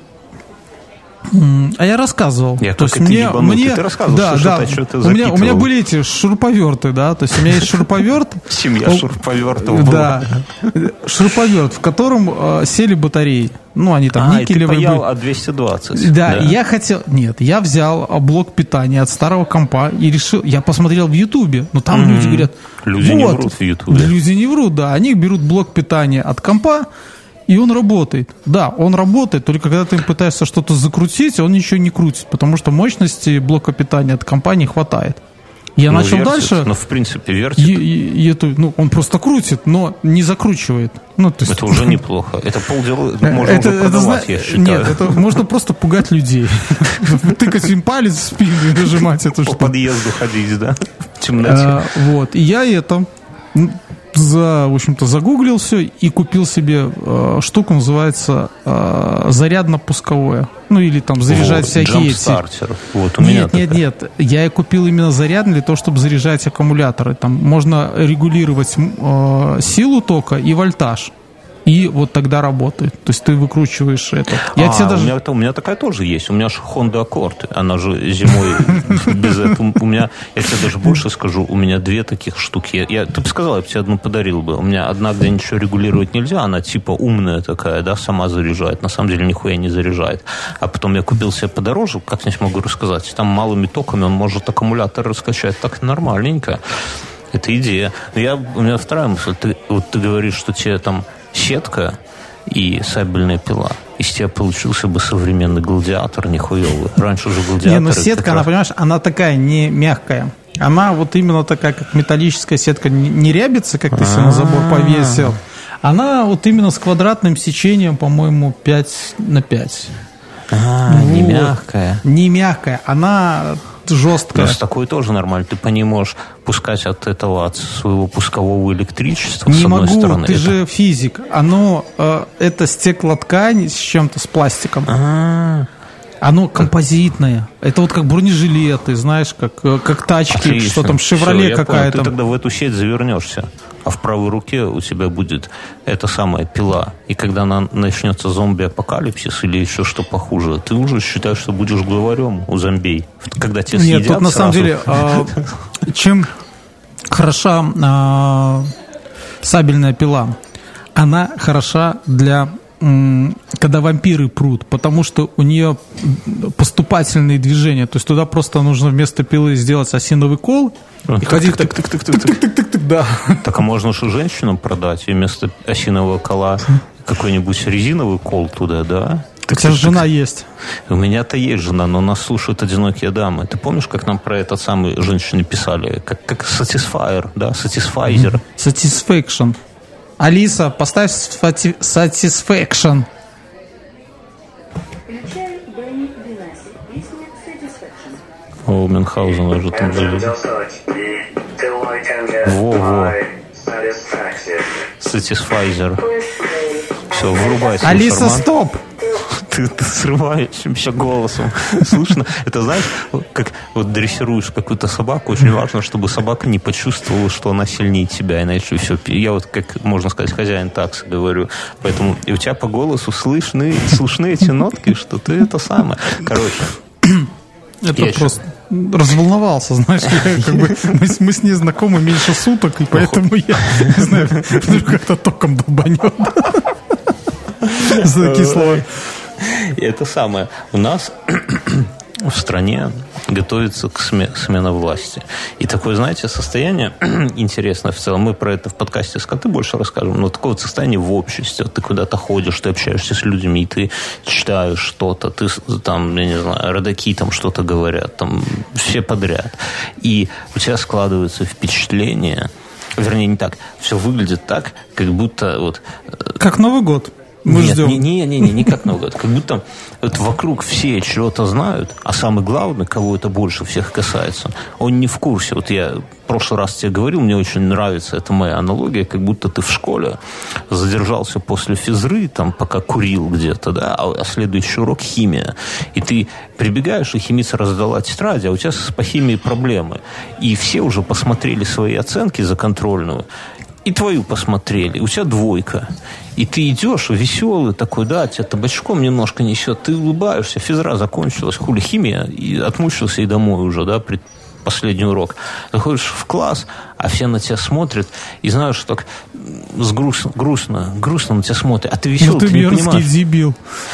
а я рассказывал. Ты рассказывал, у меня были эти шуруповерты, да, то есть у меня есть шуруповерт. Семья шуруповертов была. Да, шуруповерт, в котором сели батареи. Ну, они там никелевые были. Ты паял от 220. Да, я взял блок питания от старого компа и решил, я посмотрел в Ютубе, но там люди говорят... Люди не врут в Ютубе. Люди не врут, да, они берут блок питания от компа, и он работает. Да, он работает, только когда ты пытаешься что-то закрутить, он ничего не крутит, потому что мощности блока питания от компании хватает. Я начал вертит, дальше... в принципе, вертит. Он просто крутит, но не закручивает. То есть, это уже неплохо. Это полдела можно уже продавать, я считаю. Нет, это можно просто пугать людей. Тыкать им палец в спину и нажимать эту штуку. По подъезду ходить, да? В темноте. Вот. И я в общем-то, загуглил все и купил себе штуку, называется зарядно-пусковое. Или там заряжать всякие эти... Вот у меня Нет. Я купил именно зарядный для того, чтобы заряжать аккумуляторы. Там можно регулировать силу тока и вольтаж. И вот тогда работает. То есть ты выкручиваешь это. У меня такая тоже есть. У меня же Honda Accord. Она же зимой без этого. Я тебе даже больше скажу, у меня 2 таких штуки. Ты бы сказал, я бы тебе одну подарил бы. У меня одна, где ничего регулировать нельзя, она типа умная такая, да, сама заряжает. На самом деле нихуя не заряжает. А потом я купил себе подороже, как-нибудь могу рассказать. Там малыми токами он может аккумулятор раскачать так нормальненько. Это идея. У меня вторая мысль. Ты говоришь, что тебе там сетка и сабельная пила. Из тебя получился бы современный гладиатор, нихуевый. Раньше уже гладиаторы... сетка, она, понимаешь, она такая не мягкая. Она вот именно такая, как металлическая сетка, не рябится, как ты себе на забор повесил. Она вот именно с квадратным сечением, по-моему, 5x5. Не мягкая. Не мягкая, она... жесткая. Но с такой тоже нормально. Ты по ней можешь пускать от своего пускового электричества, с одной стороны. Ты же физик. Это стеклоткань с чем-то, с пластиком. Оно композитное. Это вот как бронежилеты, знаешь, как тачки, отлично. Что там, «Шевроле» какая-то. Ты тогда в эту сеть завернешься, а в правой руке у тебя будет эта самая пила. И когда начнется зомби-апокалипсис или еще что похуже, ты уже считаешь, что будешь главарем у зомбей. Когда тебя съедят. Нет, тут на самом деле, чем хороша сабельная пила, она хороша для... когда вампиры прут, потому что у нее поступательные движения, то есть туда просто нужно вместо пилы сделать осиновый кол и ходить так-так-так-так-так-так-так, да. Так, а можно же женщинам продать и вместо осинового кола какой-нибудь резиновый кол туда, да? У тебя жена есть. У меня-то есть жена, но нас слушают одинокие дамы. Ты помнишь, как нам про этот самый женщины писали? Как Satisfyer, да? Satisfizer. Satisfaction. Алиса, поставь Satisfaction. Включай Бенни Бенаси. Песня Satisfaction. О, Мюнхгаузен уже там живет. Во-во. Satisfizer. Все, врубайся. Алиса, стоп! Ты срывающимся голосом слышно. Это, знаешь, как вот дрессируешь какую-то собаку, очень важно, чтобы собака не почувствовала, что она сильнее тебя, иначе все. Я вот, как можно сказать, хозяин таксы говорю. Поэтому и у тебя по голосу слышны эти нотки, что ты это самое. Короче. Это я просто разволновался, знаешь, мы с ней знакомы меньше суток, и поэтому я, не знаю, вдруг как-то током долбанет. За такие слова. Это самое. У нас в стране готовится к смене власти. И такое, знаете, состояние интересное в целом. Мы про это в подкасте с Коты больше расскажем. Но такое вот состояние в обществе. Ты куда-то ходишь, ты общаешься с людьми, ты читаешь что-то, ты там, я не знаю, родаки там что-то говорят, там все подряд. И у тебя складывается впечатление, вернее, не так, все выглядит так, как будто вот... Как Новый год. Мы Нет, ждем. не как Новый год. Как будто вот вокруг все чего-то знают, а самое главное, кого это больше всех касается, он не в курсе. Вот я в прошлый раз тебе говорил, мне очень нравится эта моя аналогия, как будто ты в школе задержался после физры, там, пока курил где-то, да, а следующий урок химия. И ты прибегаешь, и химица раздала тетради, а у тебя по химии проблемы. И все уже посмотрели свои оценки за контрольную, и твою посмотрели, у тебя 2. И ты идешь веселый такой, да, тебя табачком немножко несет, ты улыбаешься, физра закончилась, хули химия, и отмучился и домой уже, да, последний урок. Заходишь в класс, а все на тебя смотрят, и знаешь, что так грустно на тебя смотрят, а ты веселый, ты не понимаешь. Дебил.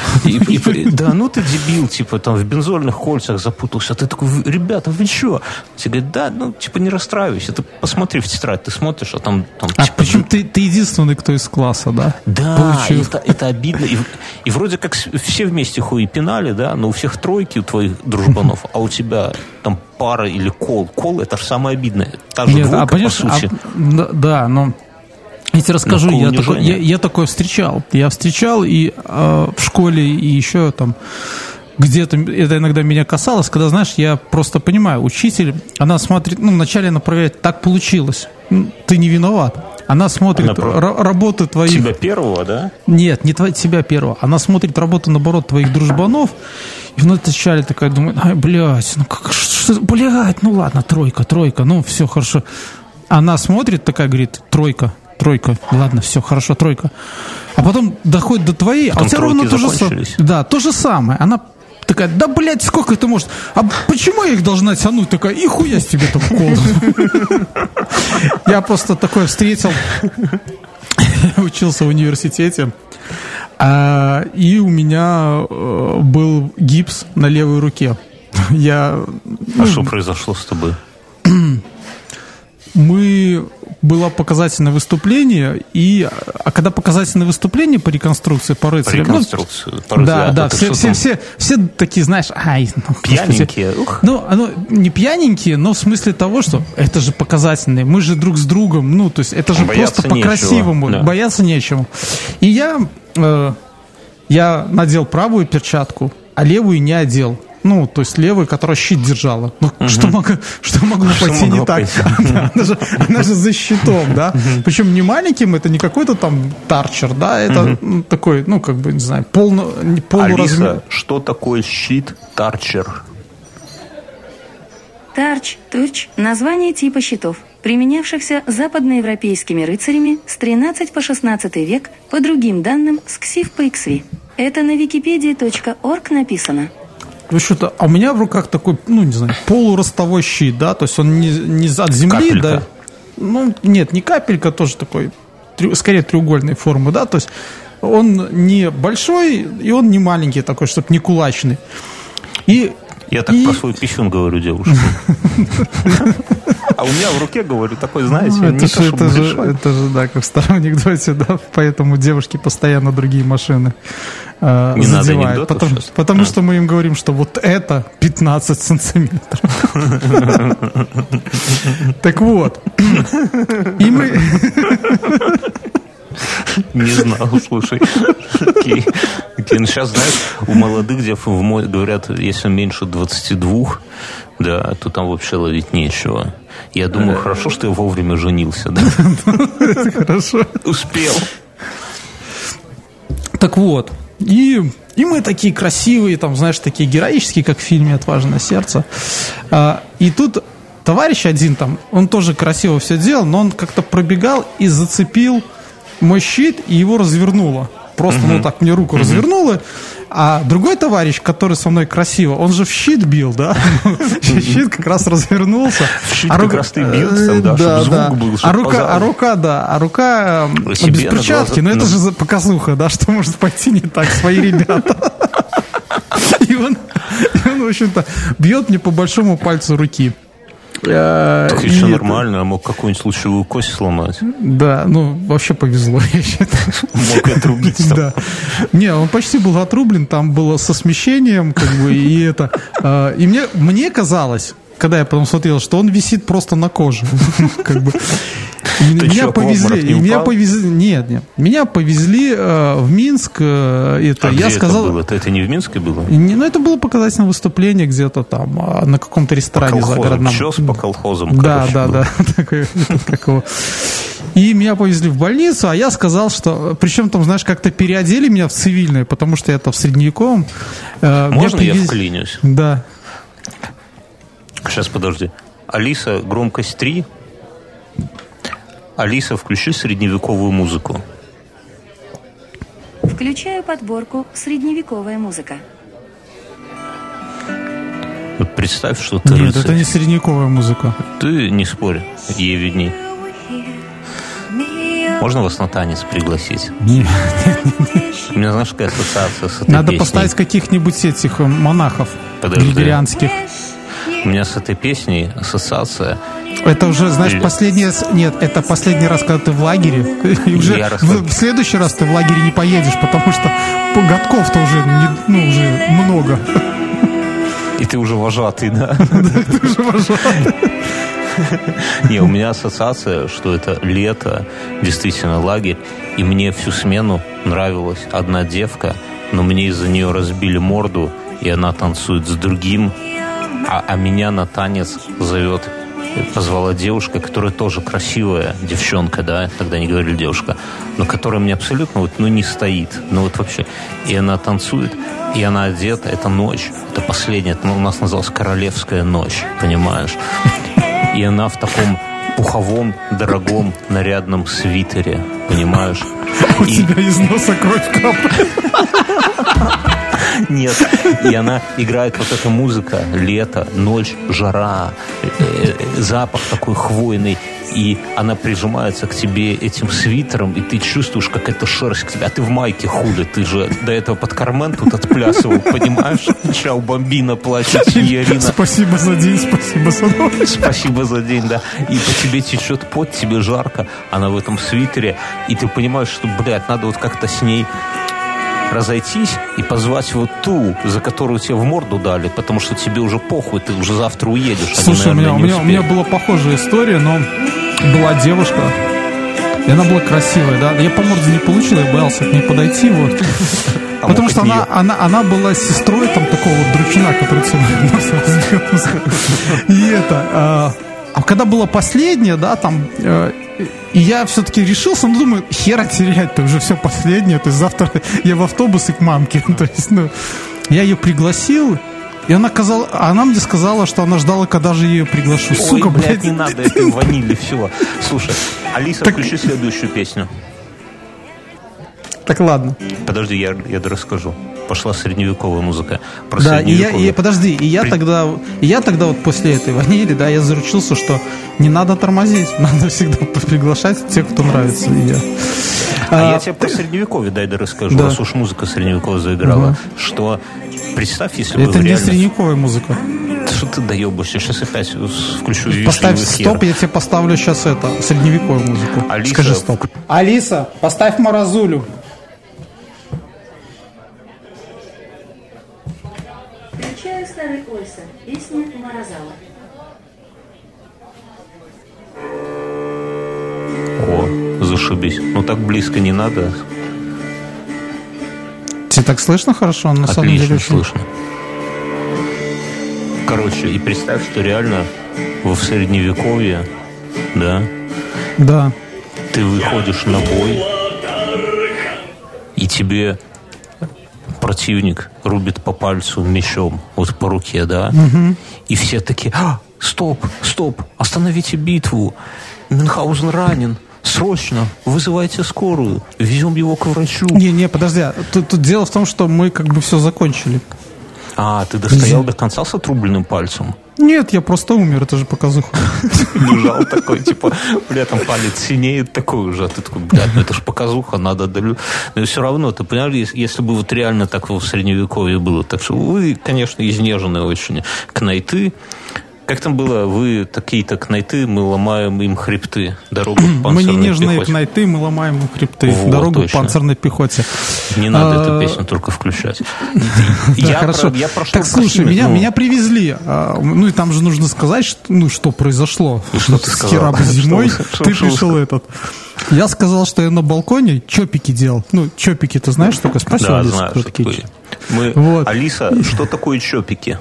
Да, ну ты дебил, типа, там, в бензольных кольцах запутался, а ты такой, ребята, вы что? Тебе говорят, да, ну, типа, не расстраивайся, ты посмотри в тетрадь, ты смотришь, а там типа... причем ты единственный, кто из класса, да? Да, это обидно, и вроде как все вместе хуи пинали, да, но у всех 3 у твоих дружбанов, а у тебя там пара или кол. Кол — это же самое обидное. Та же 2, по сути. Да, но я тебе расскажу, я такое встречал. Я встречал и в школе, и еще там где-то это иногда меня касалось, когда, знаешь, я просто понимаю, учитель, она смотрит, вначале она проверяет, так получилось, ты не виноват. Она смотрит работу твоих... Тебя первого, да? Нет, не тебя первого. Она смотрит работу, наоборот, твоих дружбанов, и вначале такая думает, ай, блядь, ну как, блядь, ну ладно, 3, ну все, хорошо. Она смотрит, такая говорит, 3, ладно, все, хорошо, 3. А потом доходит до твоей, потом а все равно то же самое. Да, то же самое. Она такая, да, блядь, сколько это может? А почему я их должна тянуть? Такая, и хуя с тебе там кол. Я просто такое встретил. Учился в университете. И у меня был гипс на левой руке. А что произошло с тобой? Было показательное выступление, а когда показательное выступление по реконструкции, по рыцарям... Да, все такие, знаешь, пьяненькие. Ну, не пьяненькие, но в смысле того, что это же показательное, мы же друг с другом, ну, то есть это же бояться просто по-красивому, да. Бояться нечему. И я надел правую перчатку, а левую не одел. ну, то есть левой, которая щит держала. Ну, что могло пойти не так? Она же за щитом, да? Причем не маленьким, это не какой-то там тарчер, да? Это такой, ну, как бы, не знаю, полуразмер. Алиса, что такое щит тарчер? Тарч, турч – название типа щитов, применявшихся западноевропейскими рыцарями с 13 по 16 век, по другим данным, с ксив по иксви. Это на wikipedia.org написано. Что-то, а у меня в руках такой, ну, не знаю, полуростовой щит, да, то есть он не от земли, капелька. Да. Ну, нет, не капелька, тоже такой, скорее треугольной формы, да, то есть он не большой, и он не маленький такой, чтобы не кулачный. Я так про свою писюн говорю, девушка. А у меня в руке, говорю, такой, знаете, не то, что большой. Это же, да, как в старом анекдоте, да, поэтому девушки постоянно другие машины задевают. Потому что мы им говорим, что вот это 15 сантиметров. Так вот. И мы... Не знал, слушай. Ну, сейчас, знаешь, у молодых дев говорят, если меньше 22, да, то там вообще ловить нечего. Я думаю, хорошо, что я вовремя женился, да? Хорошо. Успел. Так вот. И мы такие красивые, там, знаешь, такие героические, как в фильме «Отважное сердце». И тут товарищ один там, он тоже красиво все делал, но он как-то пробегал и зацепил мой щит, и его развернуло. Просто, ну, так мне руку развернуло. А другой товарищ, который со мной красиво, он же в щит бил, да? Щит как раз развернулся. В щит как раз ты бил, да, чтобы звук был. А рука без перчатки, но это же показуха, да, что может пойти не так, свои ребята. И он, в общем-то, бьет мне по большому пальцу руки. Так еще нормально, а мог какую-нибудь лучевую кость сломать. Да, ну, вообще повезло, я считаю. Мог и отрубить там. Да. Не, он почти был отрублен, там было со смещением, как бы, и это. И мне казалось, когда я потом смотрел, что он висит просто на коже. Как бы. Меня повезли. Нет. Меня повезли в Минск. Это, я сказал, это было? Это не в Минске было? Ну, это было показательное выступление где-то там, на каком-то ресторане загородном. Чёс по колхозам. Да. Такого. И меня повезли в больницу, а я сказал, что... Причем там, знаешь, как-то переодели меня в цивильное, потому что я-то в средневековом. Можно я вклинюсь? Да. Сейчас, подожди. Алиса, громкость 3. Алиса, включи средневековую музыку. Включаю подборку «Средневековая музыка». Вот представь, что ты Нет, рыцарь. это не средневековая музыка. Ты не спорь, ей видней. Можно вас на танец пригласить? Нет. У меня, знаешь, какая ассоциация с этой Надо песней? поставить каких-нибудь этих монахов григорианских. У меня с этой песней ассоциация. Это уже, знаешь, последний... Нет, это последний раз, когда ты в лагере. И уже в следующий раз ты в лагере не поедешь, потому что годков-то уже, уже много. И ты уже вожатый, да? Да, ты уже вожатый. Не, у меня ассоциация, что это лето, действительно лагерь, и мне всю смену нравилась одна девка, но мне из-за нее разбили морду, и она танцует с другим, а меня на танец позвала девушка, которая тоже красивая девчонка, да, тогда не говорили девушка, но которая мне абсолютно не стоит, вообще. И она танцует, и она одета, это ночь, это последняя, это у нас называлась королевская ночь, понимаешь? И она в таком пуховом, дорогом, нарядном свитере, понимаешь? У тебя из носа кровь капает. Нет. И она играет вот эта музыка. Лето, ночь, жара, запах такой хвойный. И она прижимается к тебе этим свитером, и ты чувствуешь, как эта шерсть к тебе. А ты в майке хули. Ты же до этого под Кармен тут отплясывал, понимаешь? Чау, бомбина, плачет, Ярина. Спасибо за день, спасибо за ночь. Спасибо за день, да. И по тебе течет пот, тебе жарко. Она в этом свитере. И ты понимаешь, что, надо вот как-то с ней разойтись и позвать вот ту, за которую тебе в морду дали, потому что тебе уже похуй, ты уже завтра уедешь. Слушай, у меня была похожая история, но была девушка, И она была красивая, да. Я по морде не получил, я боялся к ней подойти, вот. Потому что она была сестрой там такого вот дручина, который и это... А когда была последняя, да, там, и я все-таки решился, ну, думаю, хера терять-то, уже все последнее, то есть завтра я в автобус и к мамке, то есть, ну, я ее пригласил, и она мне сказала, что она ждала, когда же я ее приглашу. Ой, сука, блядь, не надо этой ванили, все. Слушай, Алиса, включи следующую песню. Так, ладно. Подожди, я расскажу. Пошла средневековая музыка. Про да, я тогда вот после этой ванили, да, я заручился, что не надо тормозить, надо всегда приглашать тех, кто нравится. Я тебе про средневековье расскажу, раз уж музыка средневековая заиграла, что представь, если бы это не средневековая музыка. Что ты доебаешься? Сейчас опять включу поставь стоп, я тебе поставлю сейчас средневековую музыку. Алиса, скажи стоп. Алиса, поставь Маразулю. Включаю старый Ольса, песня Маразала. О, зашибись. Ну так близко не надо. Тебе так слышно хорошо? На самом деле отлично слышно. Короче, и представь, что реально в средневековье, да? Да. Ты выходишь на бой, и тебе противник рубит по пальцу мечом, вот по руке, да? Угу. И все такие: стоп, остановите битву, Мюнхгаузен ранен. Срочно, вызывайте скорую, везем его к врачу. Не, подожди, тут дело в том, что мы как бы все закончили. Ты достоял до конца с отрубленным пальцем? Нет, я просто умер, это же показуха. Лежал такой, типа, бля, там палец синеет такой уже, а ты такой, блядь, ну это ж показуха, надо долю. Но все равно, ты понимаешь, если бы вот реально так в средневековье было, так что вы, конечно, изнежены очень кнайты. Как там было? Вы такие-то кнайты, мы ломаем им хребты. Дорогу к панцирной пехоте. Мы не нежные пехоте. Кнайты, мы ломаем им хребты. Вот, дорогу к панцирной пехоте. Не надо эту песню только включать. Хорошо. Так, слушай, меня привезли. Ну, и там же нужно сказать, что произошло. Что ты сказал? Хера бы зимой ты пришел этот. Я сказал, что я на балконе чопики делал. Ну, чопики, ты знаешь, что такое? Спросил, да, знаю, что такое. Алиса, что такое чопики?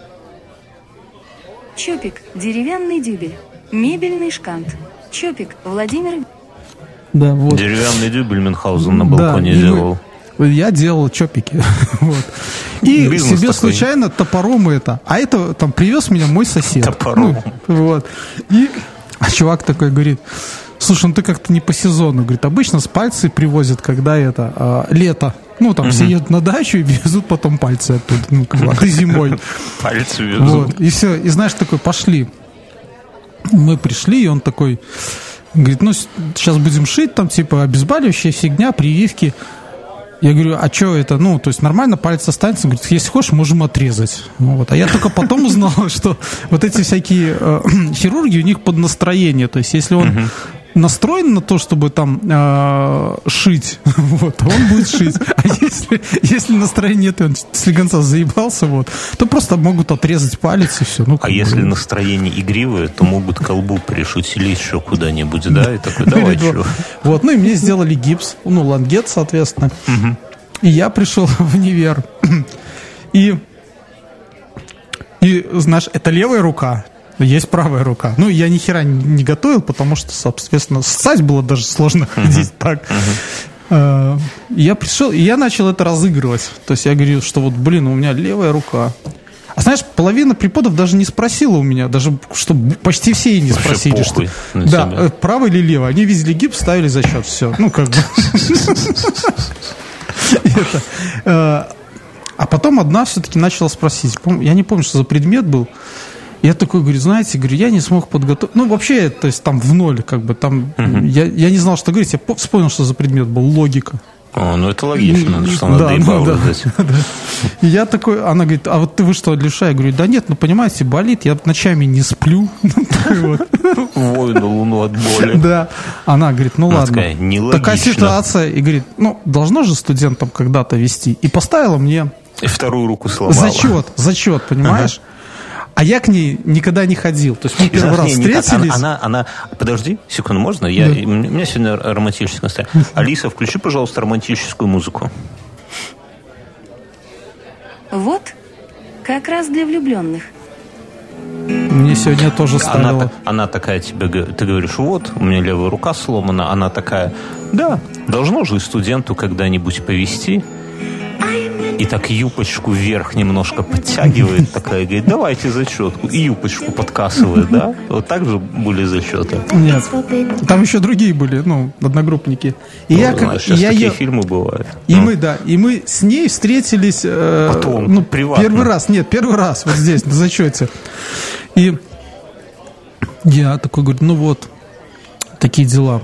Чопик – деревянный дюбель, мебельный шкант. Чопик – Владимир... Да, вот. Деревянный дюбель Мюнхгаузен на балконе делал. Я делал чопики. Вот. И бизнес себе такой. Случайно топором это. А это там привез меня мой сосед. Топором. Вот. И чувак такой говорит: слушай, ну ты как-то не по сезону. Говорит, обычно с пальцы привозят, когда это лето. Ну, там все едут на дачу и везут потом пальцы оттуда. Ну, а ты зимой. Пальцы везут. Вот. И все. И знаешь, такой, пошли. Мы пришли, и он такой говорит: ну, сейчас будем шить, там, типа, обезболивающая фигня, прививки. Я говорю: а что это? Ну, то есть нормально палец останется? Он говорит: если хочешь, можем отрезать. Вот. А я только потом узнал, что вот эти всякие хирурги, у них под настроение. То есть если он настроен на то, чтобы там шить, вот, то он будет шить. А если настроения нет, и он слегонца заебался, вот, то просто могут отрезать палец и все. Ну, если настроение игривое, то могут колбу пришить или еще куда-нибудь, да? И такой: давай, что? Вот, ну и мне сделали гипс, ну, лангет, соответственно. И я пришел в универ. И, знаешь, это левая рука. Есть правая рука. Ну, я ни хера не готовил, потому что, соответственно, ссать было даже сложно ходить так. Я пришел, и я начал это разыгрывать. То есть я говорил, что вот, блин, у меня левая рука. А знаешь, половина преподов даже не спросила у меня, даже что почти все и не спросили, что да, право или лево. Они видели гипс, ставили зачет, все. Ну, как бы. А потом одна все-таки начала спросить. Я не помню, что за предмет был. Я такой говорю: знаете, я не смог подготовить. Ну, вообще, то есть там в ноль, как бы там. Я не знал, что говорить. Я вспомнил, что за предмет был логика. Ну это логично, что надо и баловать. И я такой, она говорит: а вот вы что, левша? Я говорю: да нет, ну понимаете, болит, я ночами не сплю. Вою на луну от боли. Да. Она говорит: ну ладно. Такая ситуация. И говорит: ну, должно же студентам когда-то вести. И поставила мне... И вторую руку сломала. Зачет, понимаешь? А я к ней никогда не ходил. То есть мы первый раз встретились. Она... Подожди, секунду, можно? У меня сегодня романтическое настроение. Алиса, включи, пожалуйста, романтическую музыку. Вот, как раз для влюбленных. Мне сегодня тоже ставила. Она такая тебе, ты говоришь, вот, у меня левая рука сломана. Она такая, да, должно же и студенту когда-нибудь повезти. И так юбочку вверх немножко подтягивает, такая, говорит, давайте зачетку. И юбочку подкасывает, да? Вот так же были зачеты? Нет, там еще другие были, одногруппники. И сейчас такие фильмы бывают. И мы с ней встретились потом, приватно. Первый раз вот здесь, на зачете. И я такой говорю, такие дела.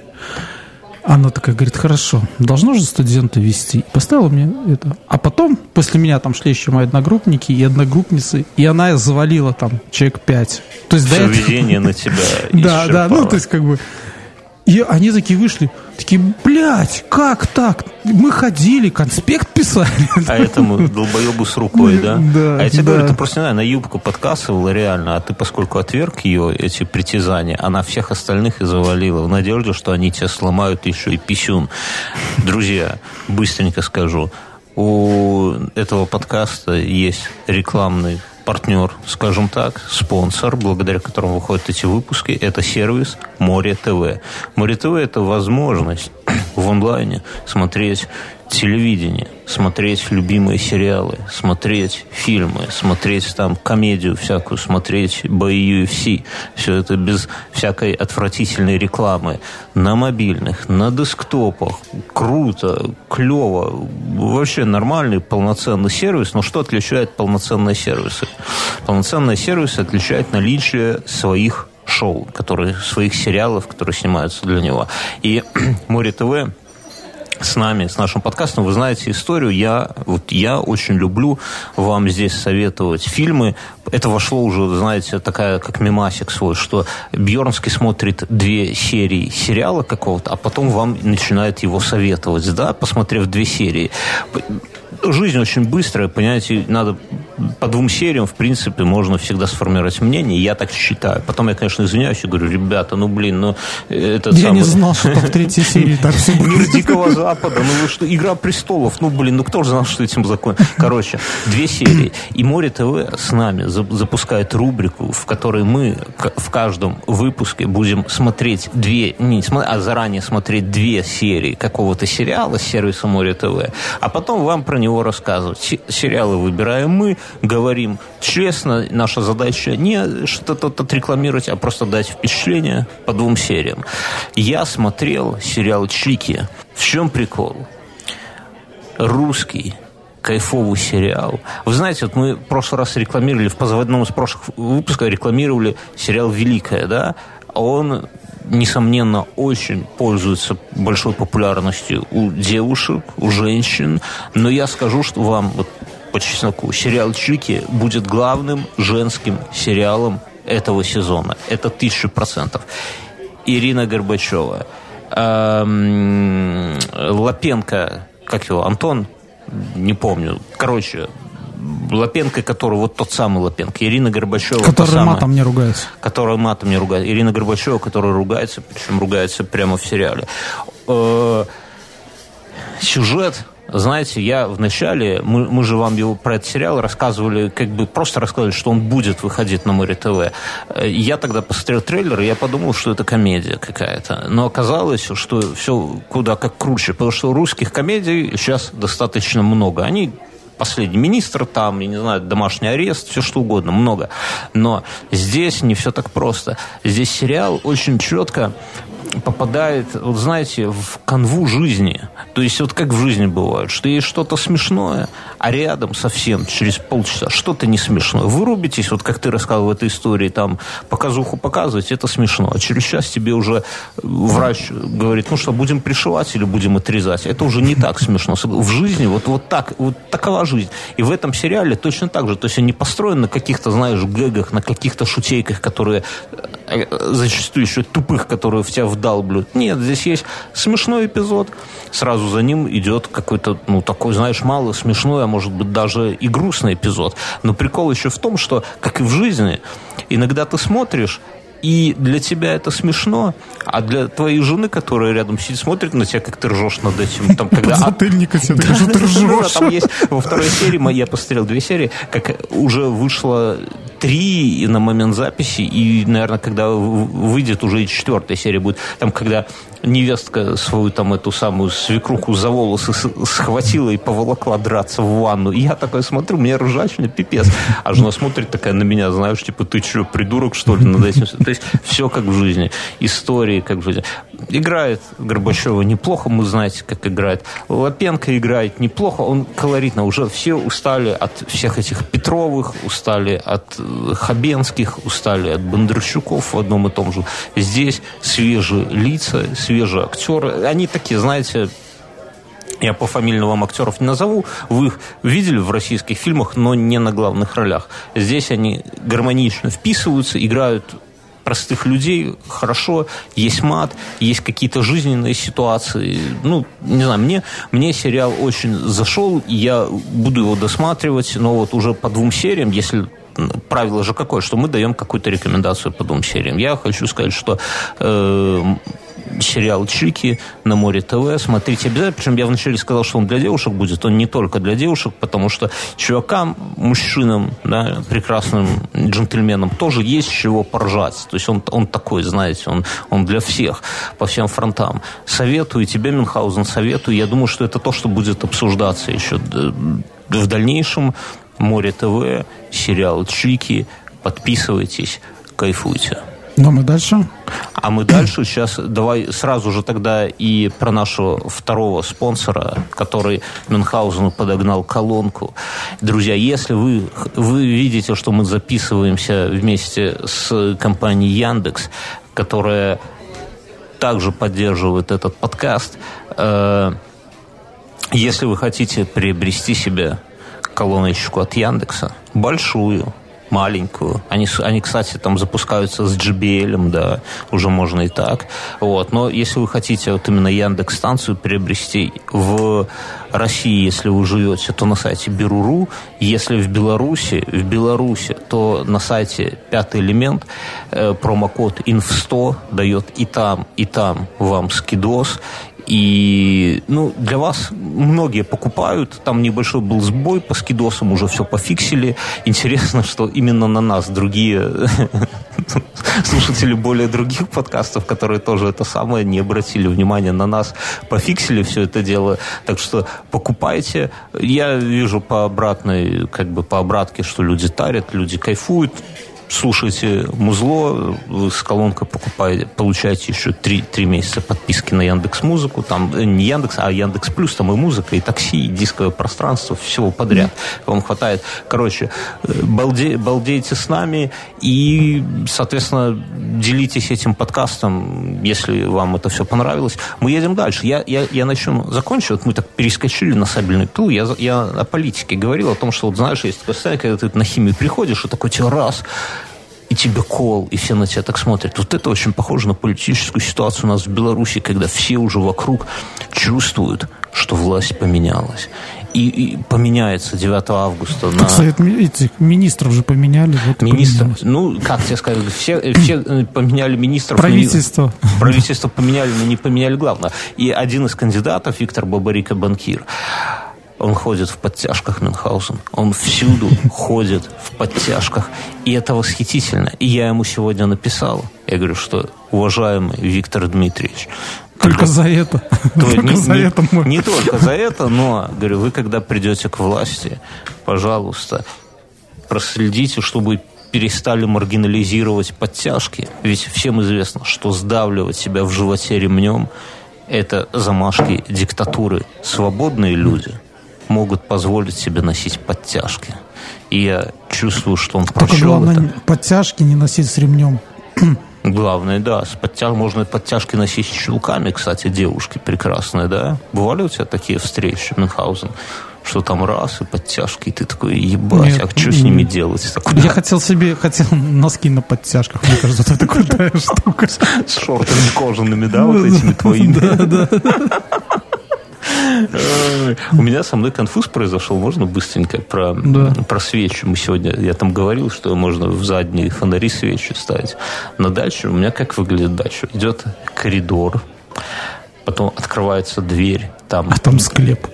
Она такая говорит, хорошо, должно же студента вести. Поставила мне это. А потом, после меня там шли еще мои одногруппники и одногруппницы, и она завалила там человек 5. То есть все везение на тебя исчерпало. Да, то есть И они такие вышли, такие, блядь, как так? Мы ходили, конспект писали. А этому долбоебу с рукой, да? Да. А я тебе говорю, ты просто не знаю, на юбку подкасывала реально, а ты, поскольку отверг ее, эти притязания, она всех остальных и завалила, в надежде, что они тебя сломают еще и писюн. Друзья, быстренько скажу, у этого подкаста есть рекламный партнер, скажем так, спонсор, благодаря которому выходят эти выпуски, это сервис Море ТВ. Море ТВ – это возможность в онлайне смотреть телевидение, смотреть любимые сериалы, смотреть фильмы, смотреть там комедию всякую, смотреть бои UFC. Все это без всякой отвратительной рекламы. На мобильных, на десктопах. Круто, клево. Вообще нормальный, полноценный сервис. Но что отличает полноценные сервисы? Полноценные сервисы отличают наличие своих шоу, своих сериалов, которые снимаются для него. И Море ТВ с нами, с нашим подкастом, вы знаете историю. Я очень люблю вам здесь советовать фильмы. Это вошло уже, знаете, такая, как мемасик свой, что Бьернский смотрит 2 серии сериала какого-то, а потом вам начинает его советовать, да, посмотрев 2 серии. Жизнь очень быстрая, понимаете, надо по 2 сериям, в принципе, можно всегда сформировать мнение, я так считаю. Потом я, конечно, извиняюсь и говорю, ребята, Я не знал, что там в 3-й серии так все будет. Мир Дикого Запада, вы что, Игра престолов, кто же знал, что этим закон. Короче, 2 серии. И Море ТВ с нами запускает рубрику, в которой мы в каждом выпуске будем смотреть заранее смотреть 2 серии какого-то сериала с сервиса Море ТВ, а потом вам про него рассказывать. Сериалы выбираем мы, говорим честно, наша задача не что-то отрекламировать, а просто дать впечатление по 2 сериям. Я смотрел сериал «Чики». В чем прикол? Русский кайфовый сериал. Вы знаете, мы в прошлый раз рекламировали, в одном из прошлых выпусков рекламировали сериал «Великая», да? Он, несомненно, очень пользуется большой популярностью у девушек, у женщин, но я скажу, что вам, по чесноку, сериал «Чики» будет главным женским сериалом этого сезона. Это 1000%. Ирина Горбачева, Лапенко, Антон? Не помню. Лапенко, который тот самый Лапенко. Ирина Горбачева. Который матом не ругается. Ирина Горбачева, которая ругается, причем ругается прямо в сериале. Сюжет, знаете, я вначале, мы же вам про этот сериал рассказывали, просто рассказывали, что он будет выходить на Море ТВ. Я тогда посмотрел трейлер, и я подумал, что это комедия какая-то. Но оказалось, что все куда как круче, потому что русских комедий сейчас достаточно много. Они «Последний министр», там, я не знаю, «Домашний арест», все что угодно, много. Но здесь не все так просто. Здесь сериал очень четко попадает, знаете, в канву жизни. То есть, как в жизни бывает, что есть что-то смешное, а рядом совсем через полчаса что-то не смешное. Вы рубитесь, как ты рассказывал в этой истории, там, показуху показывать, это смешно. А через час тебе уже врач говорит, что, будем пришивать или будем отрезать. Это уже не так смешно. В жизни такова жизнь. И в этом сериале точно так же. То есть, он не построен на каких-то, знаешь, гэгах, на каких-то шутейках, которые зачастую еще тупых, которые в тебя вдалблют. Нет, здесь есть смешной эпизод, сразу за ним идет какой-то, такой, знаешь, мало смешной, а может быть даже и грустный эпизод. Но прикол еще в том, что, как и в жизни, иногда ты смотришь, и для тебя это смешно, а для твоей жены, которая рядом сидит, смотрит на тебя, как ты ржешь над этим. Там, когда... Подзатыльника себе, что ты ржешь. Там есть во второй серии, я посмотрел 2 серии, как уже вышло 3 на момент записи, и, наверное, когда выйдет, уже и 4-я серия будет. Там, когда невестка свою там эту самую свекруху за волосы схватила и поволокла драться в ванну. И я такой смотрю, мне ржачно пипец. А жена смотрит такая на меня, знаешь, типа, ты что, придурок, что ли, над этим? То есть все как в жизни. Истории как в жизни. Играет Горбачева неплохо, мы знаете, как играет. Лапенко играет неплохо, он колоритно. Уже все устали от всех этих Петровых, устали от Хабенских, устали от Бондарчуков в одном и том же. Здесь свежие лица, свежие актеры. Они такие, знаете, я по фамилию вам актеров не назову, вы их видели в российских фильмах, но не на главных ролях. Здесь они гармонично вписываются, играют простых людей хорошо, есть мат, есть какие-то жизненные ситуации. Не знаю, мне сериал очень зашел, и я буду его досматривать, но вот уже по 2 сериям, если... Правило же какое, что мы даем какую-то рекомендацию по 2 сериям. Я хочу сказать, что сериал «Чики» на Море ТВ смотрите обязательно. Причем я вначале сказал, что он для девушек будет. Он не только для девушек, потому что чувакам, мужчинам, да, прекрасным джентльменам тоже есть чего поржать. То есть он такой, знаете, он для всех, по всем фронтам. Советую, тебе, Мюнхгаузен, советую. Я думаю, что это то, что будет обсуждаться еще в дальнейшем. Море ТВ, сериал «Чики». Подписывайтесь, кайфуйте. Ну, мы дальше? А мы дальше сейчас давай сразу же тогда и про нашего второго спонсора, который Мюнхгаузену подогнал колонку. Друзья, если вы видите, что мы записываемся вместе с компанией Яндекс, которая также поддерживает этот подкаст, если вы хотите приобрести себе колоночку от Яндекса, большую, маленькую. Они, кстати, там запускаются с JBL, да, уже можно и так. Вот. Но если вы хотите вот именно Яндекс-станцию приобрести в России, если вы живете, то на сайте Беру.ру. Если в Беларуси, то на сайте «Пятый элемент» промокод INF100 дает и там вам скидос. И, для вас многие покупают. Там небольшой был сбой, по скидосам уже все пофиксили. Интересно, что именно на нас другие слушатели более других подкастов, которые тоже это самое, не обратили внимания на нас, пофиксили все это дело. Так что покупайте. Я вижу по обратке, что люди тарят, люди кайфуют. Слушайте музло, вы с колонкой получаете еще 3 месяца подписки на Яндекс.Музыку, там не Яндекс, а Яндекс Плюс, там и музыка, и такси, и дисковое пространство, всего подряд. Вам хватает. Короче, балдейте с нами и, соответственно, делитесь этим подкастом, если вам это все понравилось. Мы едем дальше. Я на чем закончу. Вот мы так перескочили на сабельный тыл. Я о политике говорил, о том, что, вот знаешь, есть такое состояние, когда ты на химию приходишь, и такой тебе раз... и тебе кол, и все на тебя так смотрят. Вот это очень похоже на политическую ситуацию у нас в Беларуси, когда все уже вокруг чувствуют, что власть поменялась. И поменяется 9 августа. Совет министров же поменяли. Вот как тебе сказать, все поменяли министров. Правительство поменяли, но не поменяли главное. И один из кандидатов, Виктор Бабарико, банкир, он ходит в подтяжках, Мюнхгаузен. Он всюду ходит в подтяжках. И это восхитительно. И я ему сегодня написал. Я говорю, что, уважаемый Виктор Дмитриевич... Только за это. Не только за это, но, говорю, вы когда придете к власти, пожалуйста, проследите, чтобы перестали маргинализировать подтяжки. Ведь всем известно, что сдавливать себя в животе ремнем – это замашки диктатуры. Свободные люди могут позволить себе носить подтяжки. И я чувствую, что он прочел это. Только главное, подтяжки не носить с ремнем. Главное, да. Можно подтяжки носить с чулками, кстати, девушки прекрасные, да? Бывали у тебя такие встречи, Мюнхгаузен? что там раз, и подтяжки, и ты такой, ебать, а что с ними делать? Я хотел носки на подтяжках, мне кажется, это крутая штука. С шортами кожаными, да, вот этими твоими? Да. У меня со мной конфуз произошел. Можно быстренько про свечи? Мы сегодня, я там говорил, что можно в задние фонари свечи ставить. На даче, у меня как выглядит дача? Идет коридор, потом открывается дверь. А там склеп.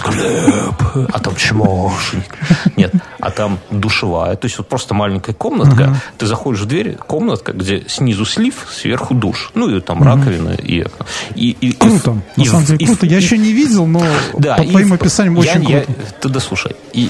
А там чмошник. Нет, а там душевая. То есть вот просто маленькая комнатка. Ты заходишь в дверь, комнатка, где снизу слив, сверху душ. Ну, и там раковина. И круто. На самом деле круто. Я еще не видел, но по твоим описаниям очень круто. Ты дослушай. И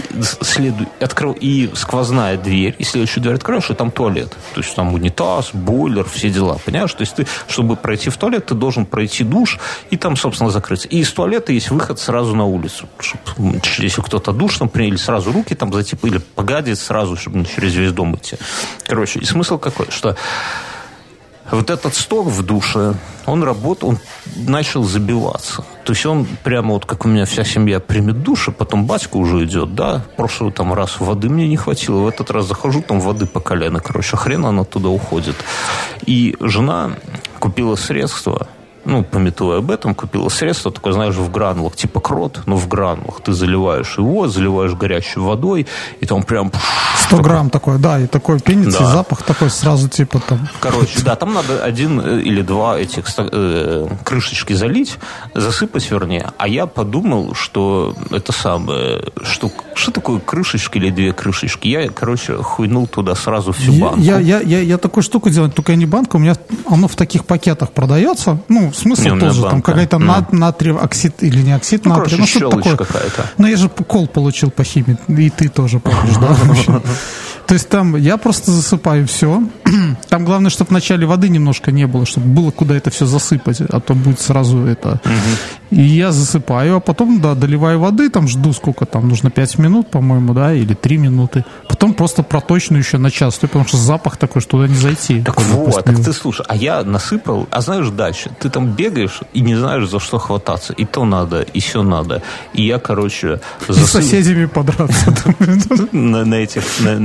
сквозная дверь, и следующую дверь откроешь, и там туалет. То есть там унитаз, бойлер, все дела. Понимаешь? То есть ты, чтобы пройти в туалет, ты должен пройти душ, и там, собственно, закрыться. И из туалета есть выход сразу на улицу. Чтобы, если кто-то душ там приняли, сразу руки там зайти, или погадить сразу, чтобы не через весь дом идти. Короче, и смысл какой, что вот этот стол в душе, он работал, он начал забиваться. То есть он прямо вот как у меня вся семья примет душ, и потом батька уже идет, да, в прошлый там раз воды мне не хватило, в этот раз захожу, там воды по колено, короче, хрен она туда уходит. И жена купила средства, пометуя об этом, купила средство, такое, знаешь, в гранулах, типа крот, но в гранулах. Ты заливаешь его, заливаешь горячей водой, и там прям... 100 грамм такой, да, и такой пенится, да. И запах такой сразу, типа там... Короче, да, там надо 1 или 2 этих крышечки залить, засыпать, вернее. А я подумал, что это самое... Что такое крышечки или 2 крышечки? Я, короче, хуйнул туда сразу всю банку. Я такую штуку делаю, только не банку, у меня оно в таких пакетах продается, смысл тоже, там какая-то натриев оксид или не оксид натрия, что-то такое. Какая-то. Я же кол получил по химии, и ты тоже помнишь, да? То есть там я просто засыпаю все. Там главное, чтобы в начале воды немножко не было, чтобы было куда это все засыпать, а то будет сразу это. И я засыпаю, а потом, да, доливаю воды, там жду сколько там, нужно 5 минут, по-моему, да, или 3 минуты. Потом просто проточную еще на час, потому что запах такой, что туда не зайти. Так вот, так ты слушай, а я насыпал, а знаешь дальше, ты там бегаешь и не знаешь, за что хвататься. И то надо, и все надо. И я, короче... С соседями подраться. На этих,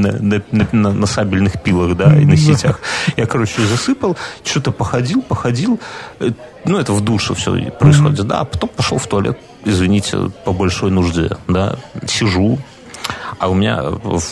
на сабельных пилах, да, и на сетях. Я, короче, засыпал, что-то походил. Это в душе все происходит, да, а потом пошел в туалет, извините, по большой нужде, да, сижу, а у меня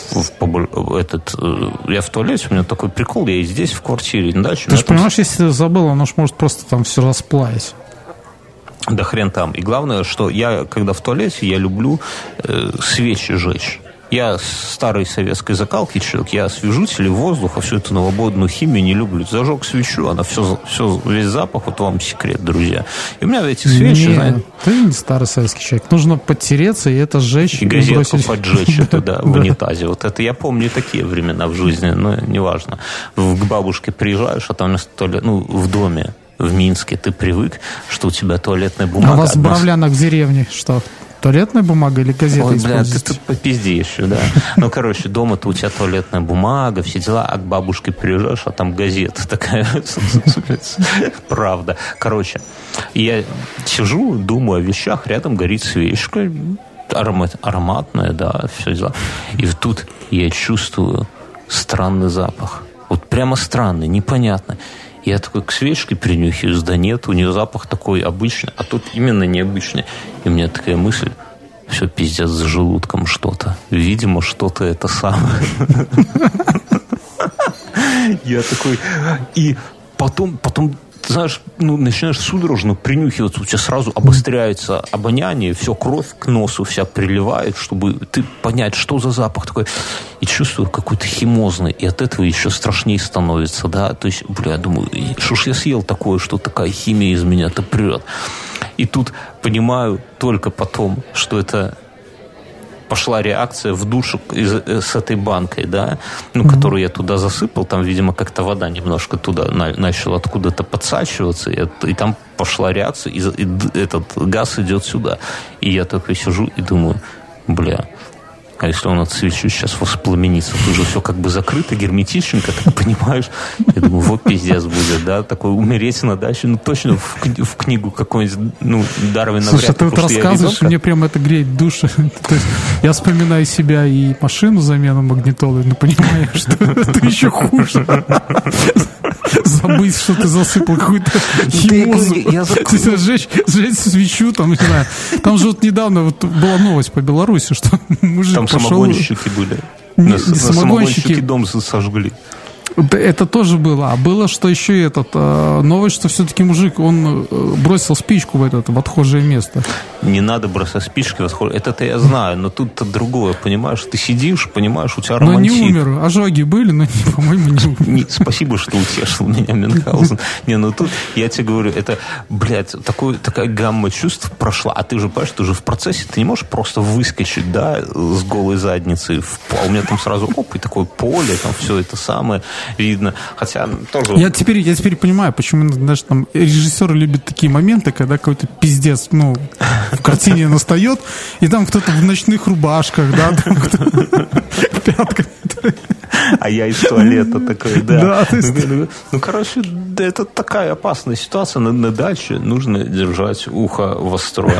я в туалете, у меня такой прикол, я и здесь в квартире, и дальше. Ты же понимаешь, если ты забыл, оно же может просто там все расплавить. Да хрен там. И главное, что я, когда в туалете, я люблю свечи жечь. Я старой советской закалки человек, я освежитель воздуха, всю эту новободную химию не люблю. Зажег свечу, она весь запах, вот вам секрет, друзья. И у меня эти свечи, знаете... Ты не старый советский человек. Нужно подтереться и это сжечь. И газетку поджечь это, да, в унитазе. Вот это я помню такие времена в жизни, но неважно. К бабушке приезжаешь, а там в доме, в Минске, ты привык, что у тебя туалетная бумага. А у вас в Боровлянах в деревне что? Туалетная бумага или газета? Ой, бля, ты тут попизди еще, да. Короче, дома-то у тебя туалетная бумага, все дела, а к бабушке приезжаешь, а там газета такая. Правда. Короче, я сижу, думаю о вещах, рядом горит свечка, ароматная, да, все дела. И тут я чувствую странный запах. Вот прямо странный, непонятный. Я такой к свечке принюхиваюсь, да нет, у нее запах такой обычный, а тут именно необычный. И у меня такая мысль, все, пиздец, с желудком что-то. Видимо, что-то это самое. Я такой... И потом ты знаешь, начинаешь судорожно принюхиваться, у тебя сразу обостряется обоняние, все, кровь к носу вся приливает, чтобы ты понять, что за запах такой. И чувствую какой-то химозный, и от этого еще страшнее становится, да. То есть, я думаю, что ж я съел такое, что такая химия из меня-то прет. И тут понимаю только потом, что это... пошла реакция в душу с этой банкой, да, которую я туда засыпал, там, видимо, как-то вода немножко туда начала откуда-то подсачиваться, и там пошла реакция, и этот газ идет сюда. И я такой сижу и думаю, А если он от свечи сейчас воспламенится, то уже все как бы закрыто, герметичненько, ты понимаешь? Я думаю, вот пиздец будет, да? Такой умереть на даче, ну, точно в книгу какой-нибудь, ну, Дарвина. Слушай, ты вот рассказываешь, мне прям это греет душу. То есть я вспоминаю себя и машину замену магнитолы, но понимаю, что это еще хуже. Забыть, что ты засыпал какую-то химозу. Сжечь свечу, там, не знаю. Там же вот недавно вот была новость по Беларуси, что мужик там пошел... самогонщики были. Не самогонщики дом сожгли. Это тоже было. А было, что еще и новость, что все-таки мужик, он бросил спичку в отхожее место. Не надо бросать спички в отхожее. Это-то я знаю, но тут-то другое, понимаешь? Ты сидишь, понимаешь, у тебя романтик. Но не умер. Ожоги были, но, по-моему, не умер. Спасибо, что утешил меня, Мюнхгаузен. Не, ну тут, я тебе говорю, это, блядь, такая гамма чувств прошла. А ты же, понимаешь, ты же в процессе, ты не можешь просто выскочить, да, с голой задницей. А у меня там сразу, и такое поле, там все это самое видно. Хотя тоже... Я теперь понимаю, почему, знаешь, там режиссеры любят такие моменты, когда какой-то пиздец, ну, в картине настает, и там кто-то в ночных рубашках, да, там кто-то в пятках. А я из туалета такой, да. Ну, короче, это такая опасная ситуация. На даче нужно держать ухо востро.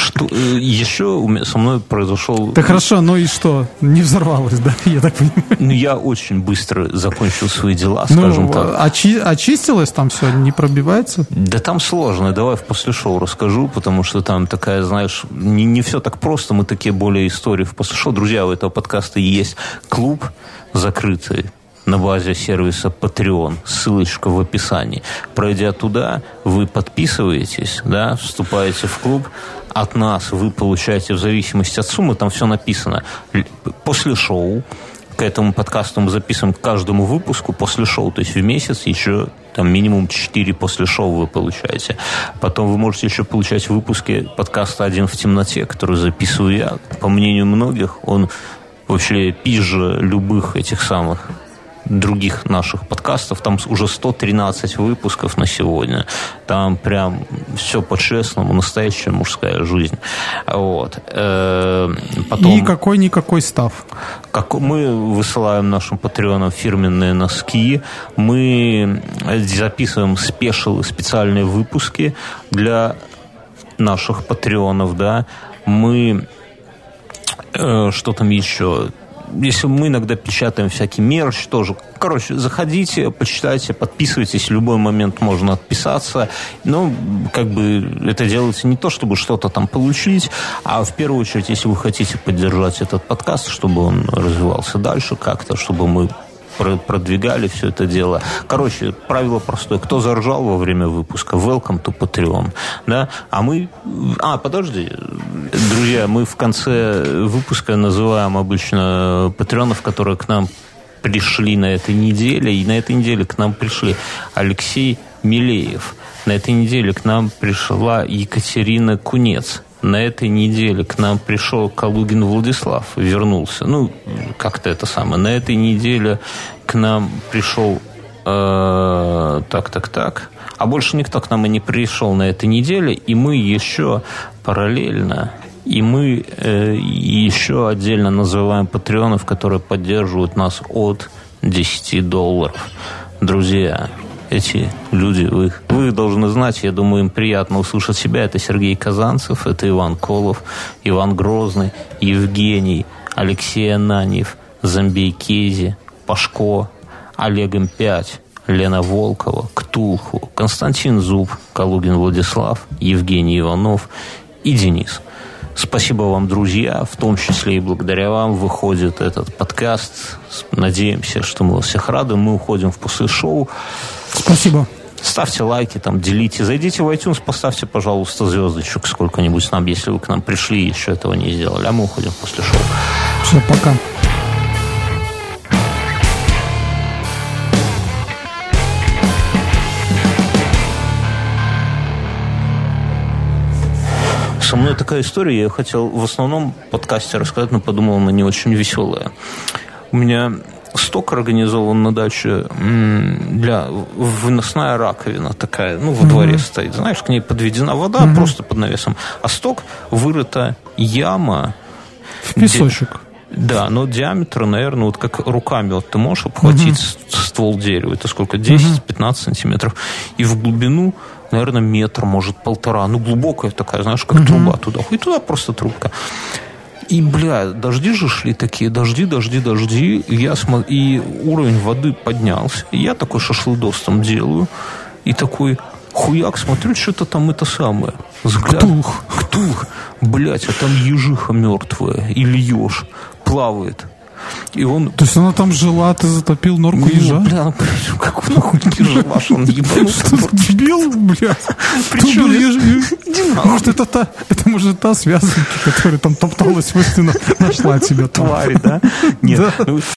Еще со мной произошел... Да хорошо, ну и что? Не взорвалось, да? Я так понимаю. Ну, я очень быстро закончил свои дела, скажем так. Очистилось там все? Не пробивается? Да там сложно. Давай в после шоу расскажу, потому что там такая, знаешь, не все так просто. Мы такие более истории в после шоу. Друзья, у этого подкаста есть клуб закрытый на базе сервиса Patreon. Ссылочка в описании. Пройдя туда, вы подписываетесь, да, вступаете в клуб. От нас вы получаете, в зависимости от суммы, там все написано. После шоу, к этому подкасту мы записываем к каждому выпуску после шоу. То есть в месяц еще там минимум 4 после шоу вы получаете. Потом вы можете еще получать выпуски подкаста «Один в темноте», который записываю я. По мнению многих, он вообще пизже любых этих самых других наших подкастов. Там уже 113 выпусков на сегодня. Там прям все по-честному, настоящая мужская жизнь. Вот. Потом, и какой-никакой став. Мы высылаем нашим патреонам фирменные носки. Мы записываем спешилы, специальные выпуски для наших патреонов, да. Мы... Что там еще? Если мы иногда печатаем всякий мерч тоже. Короче, заходите, почитайте, подписывайтесь. В любой момент можно отписаться. Но как бы это делается не то, чтобы что-то там получить, а в первую очередь, если вы хотите поддержать этот подкаст, чтобы он развивался дальше как-то, чтобы мы продвигали все это дело. Короче, правило простое. Кто заржал во время выпуска, welcome to Patreon. Да? А мы... подожди. Друзья, мы в конце выпуска называем обычно патреонов, которые к нам пришли на этой неделе. И на этой неделе к нам пришли Алексей Милеев. На этой неделе к нам пришла Екатерина Кунец. На этой неделе к нам пришел Калугин Владислав, вернулся. Ну, как-то это самое. На этой неделе к нам пришел... А больше никто к нам и не пришел на этой неделе. И мы еще параллельно... И мы еще отдельно называем патреонов, которые поддерживают нас от $10. Друзья... Эти люди, вы должны знать, я думаю, им приятно услышать себя. Это Сергей Казанцев, это Иван Колов, Иван Грозный, Евгений, Алексей Ананьев, Зомбей Кези, Пашко, Олег М5, Лена Волкова, Ктулху, Константин Зуб, Калугин Владислав, Евгений Иванов и Денис. Спасибо вам, друзья, в том числе и благодаря вам выходит этот подкаст. Надеемся, что мы вас всех рады. Мы уходим в после шоу. Спасибо. Ставьте лайки, там, делите. Зайдите в iTunes, поставьте, пожалуйста, звездочек сколько-нибудь нам, если вы к нам пришли и еще этого не сделали. А мы уходим после шоу. Все, пока. Со мной такая история, я хотел в основном в подкасте рассказать, но подумал, она не очень веселая. У меня сток организован на даче для выносная раковина такая, во дворе стоит. Знаешь, к ней подведена вода просто под навесом. А сток вырыта яма. В песочек. Да, но диаметр, наверное, вот как руками вот ты можешь обхватить ствол дерева. Это сколько? 10-15 сантиметров. И в глубину, наверное, метр, может, 1,5. Ну, глубокая такая, знаешь, как труба туда. И туда просто трубка. И, дожди же шли такие, дожди. И уровень воды поднялся. И я такой шашлыдос там делаю. И такой... Хуяк, смотрю, что-то там это самое. Взгляд. Ктулх. Блядь, а там ежиха мертвая. Или еж плавает. И он... То есть она там жила, ты затопил норку ежа? Бля, как он нахуй не жила, что он ебанулся. Что ты дебил, блядь? Причем может, это может та связанка, которая там топталась в стену, нашла тебя. Твари, да? Нет.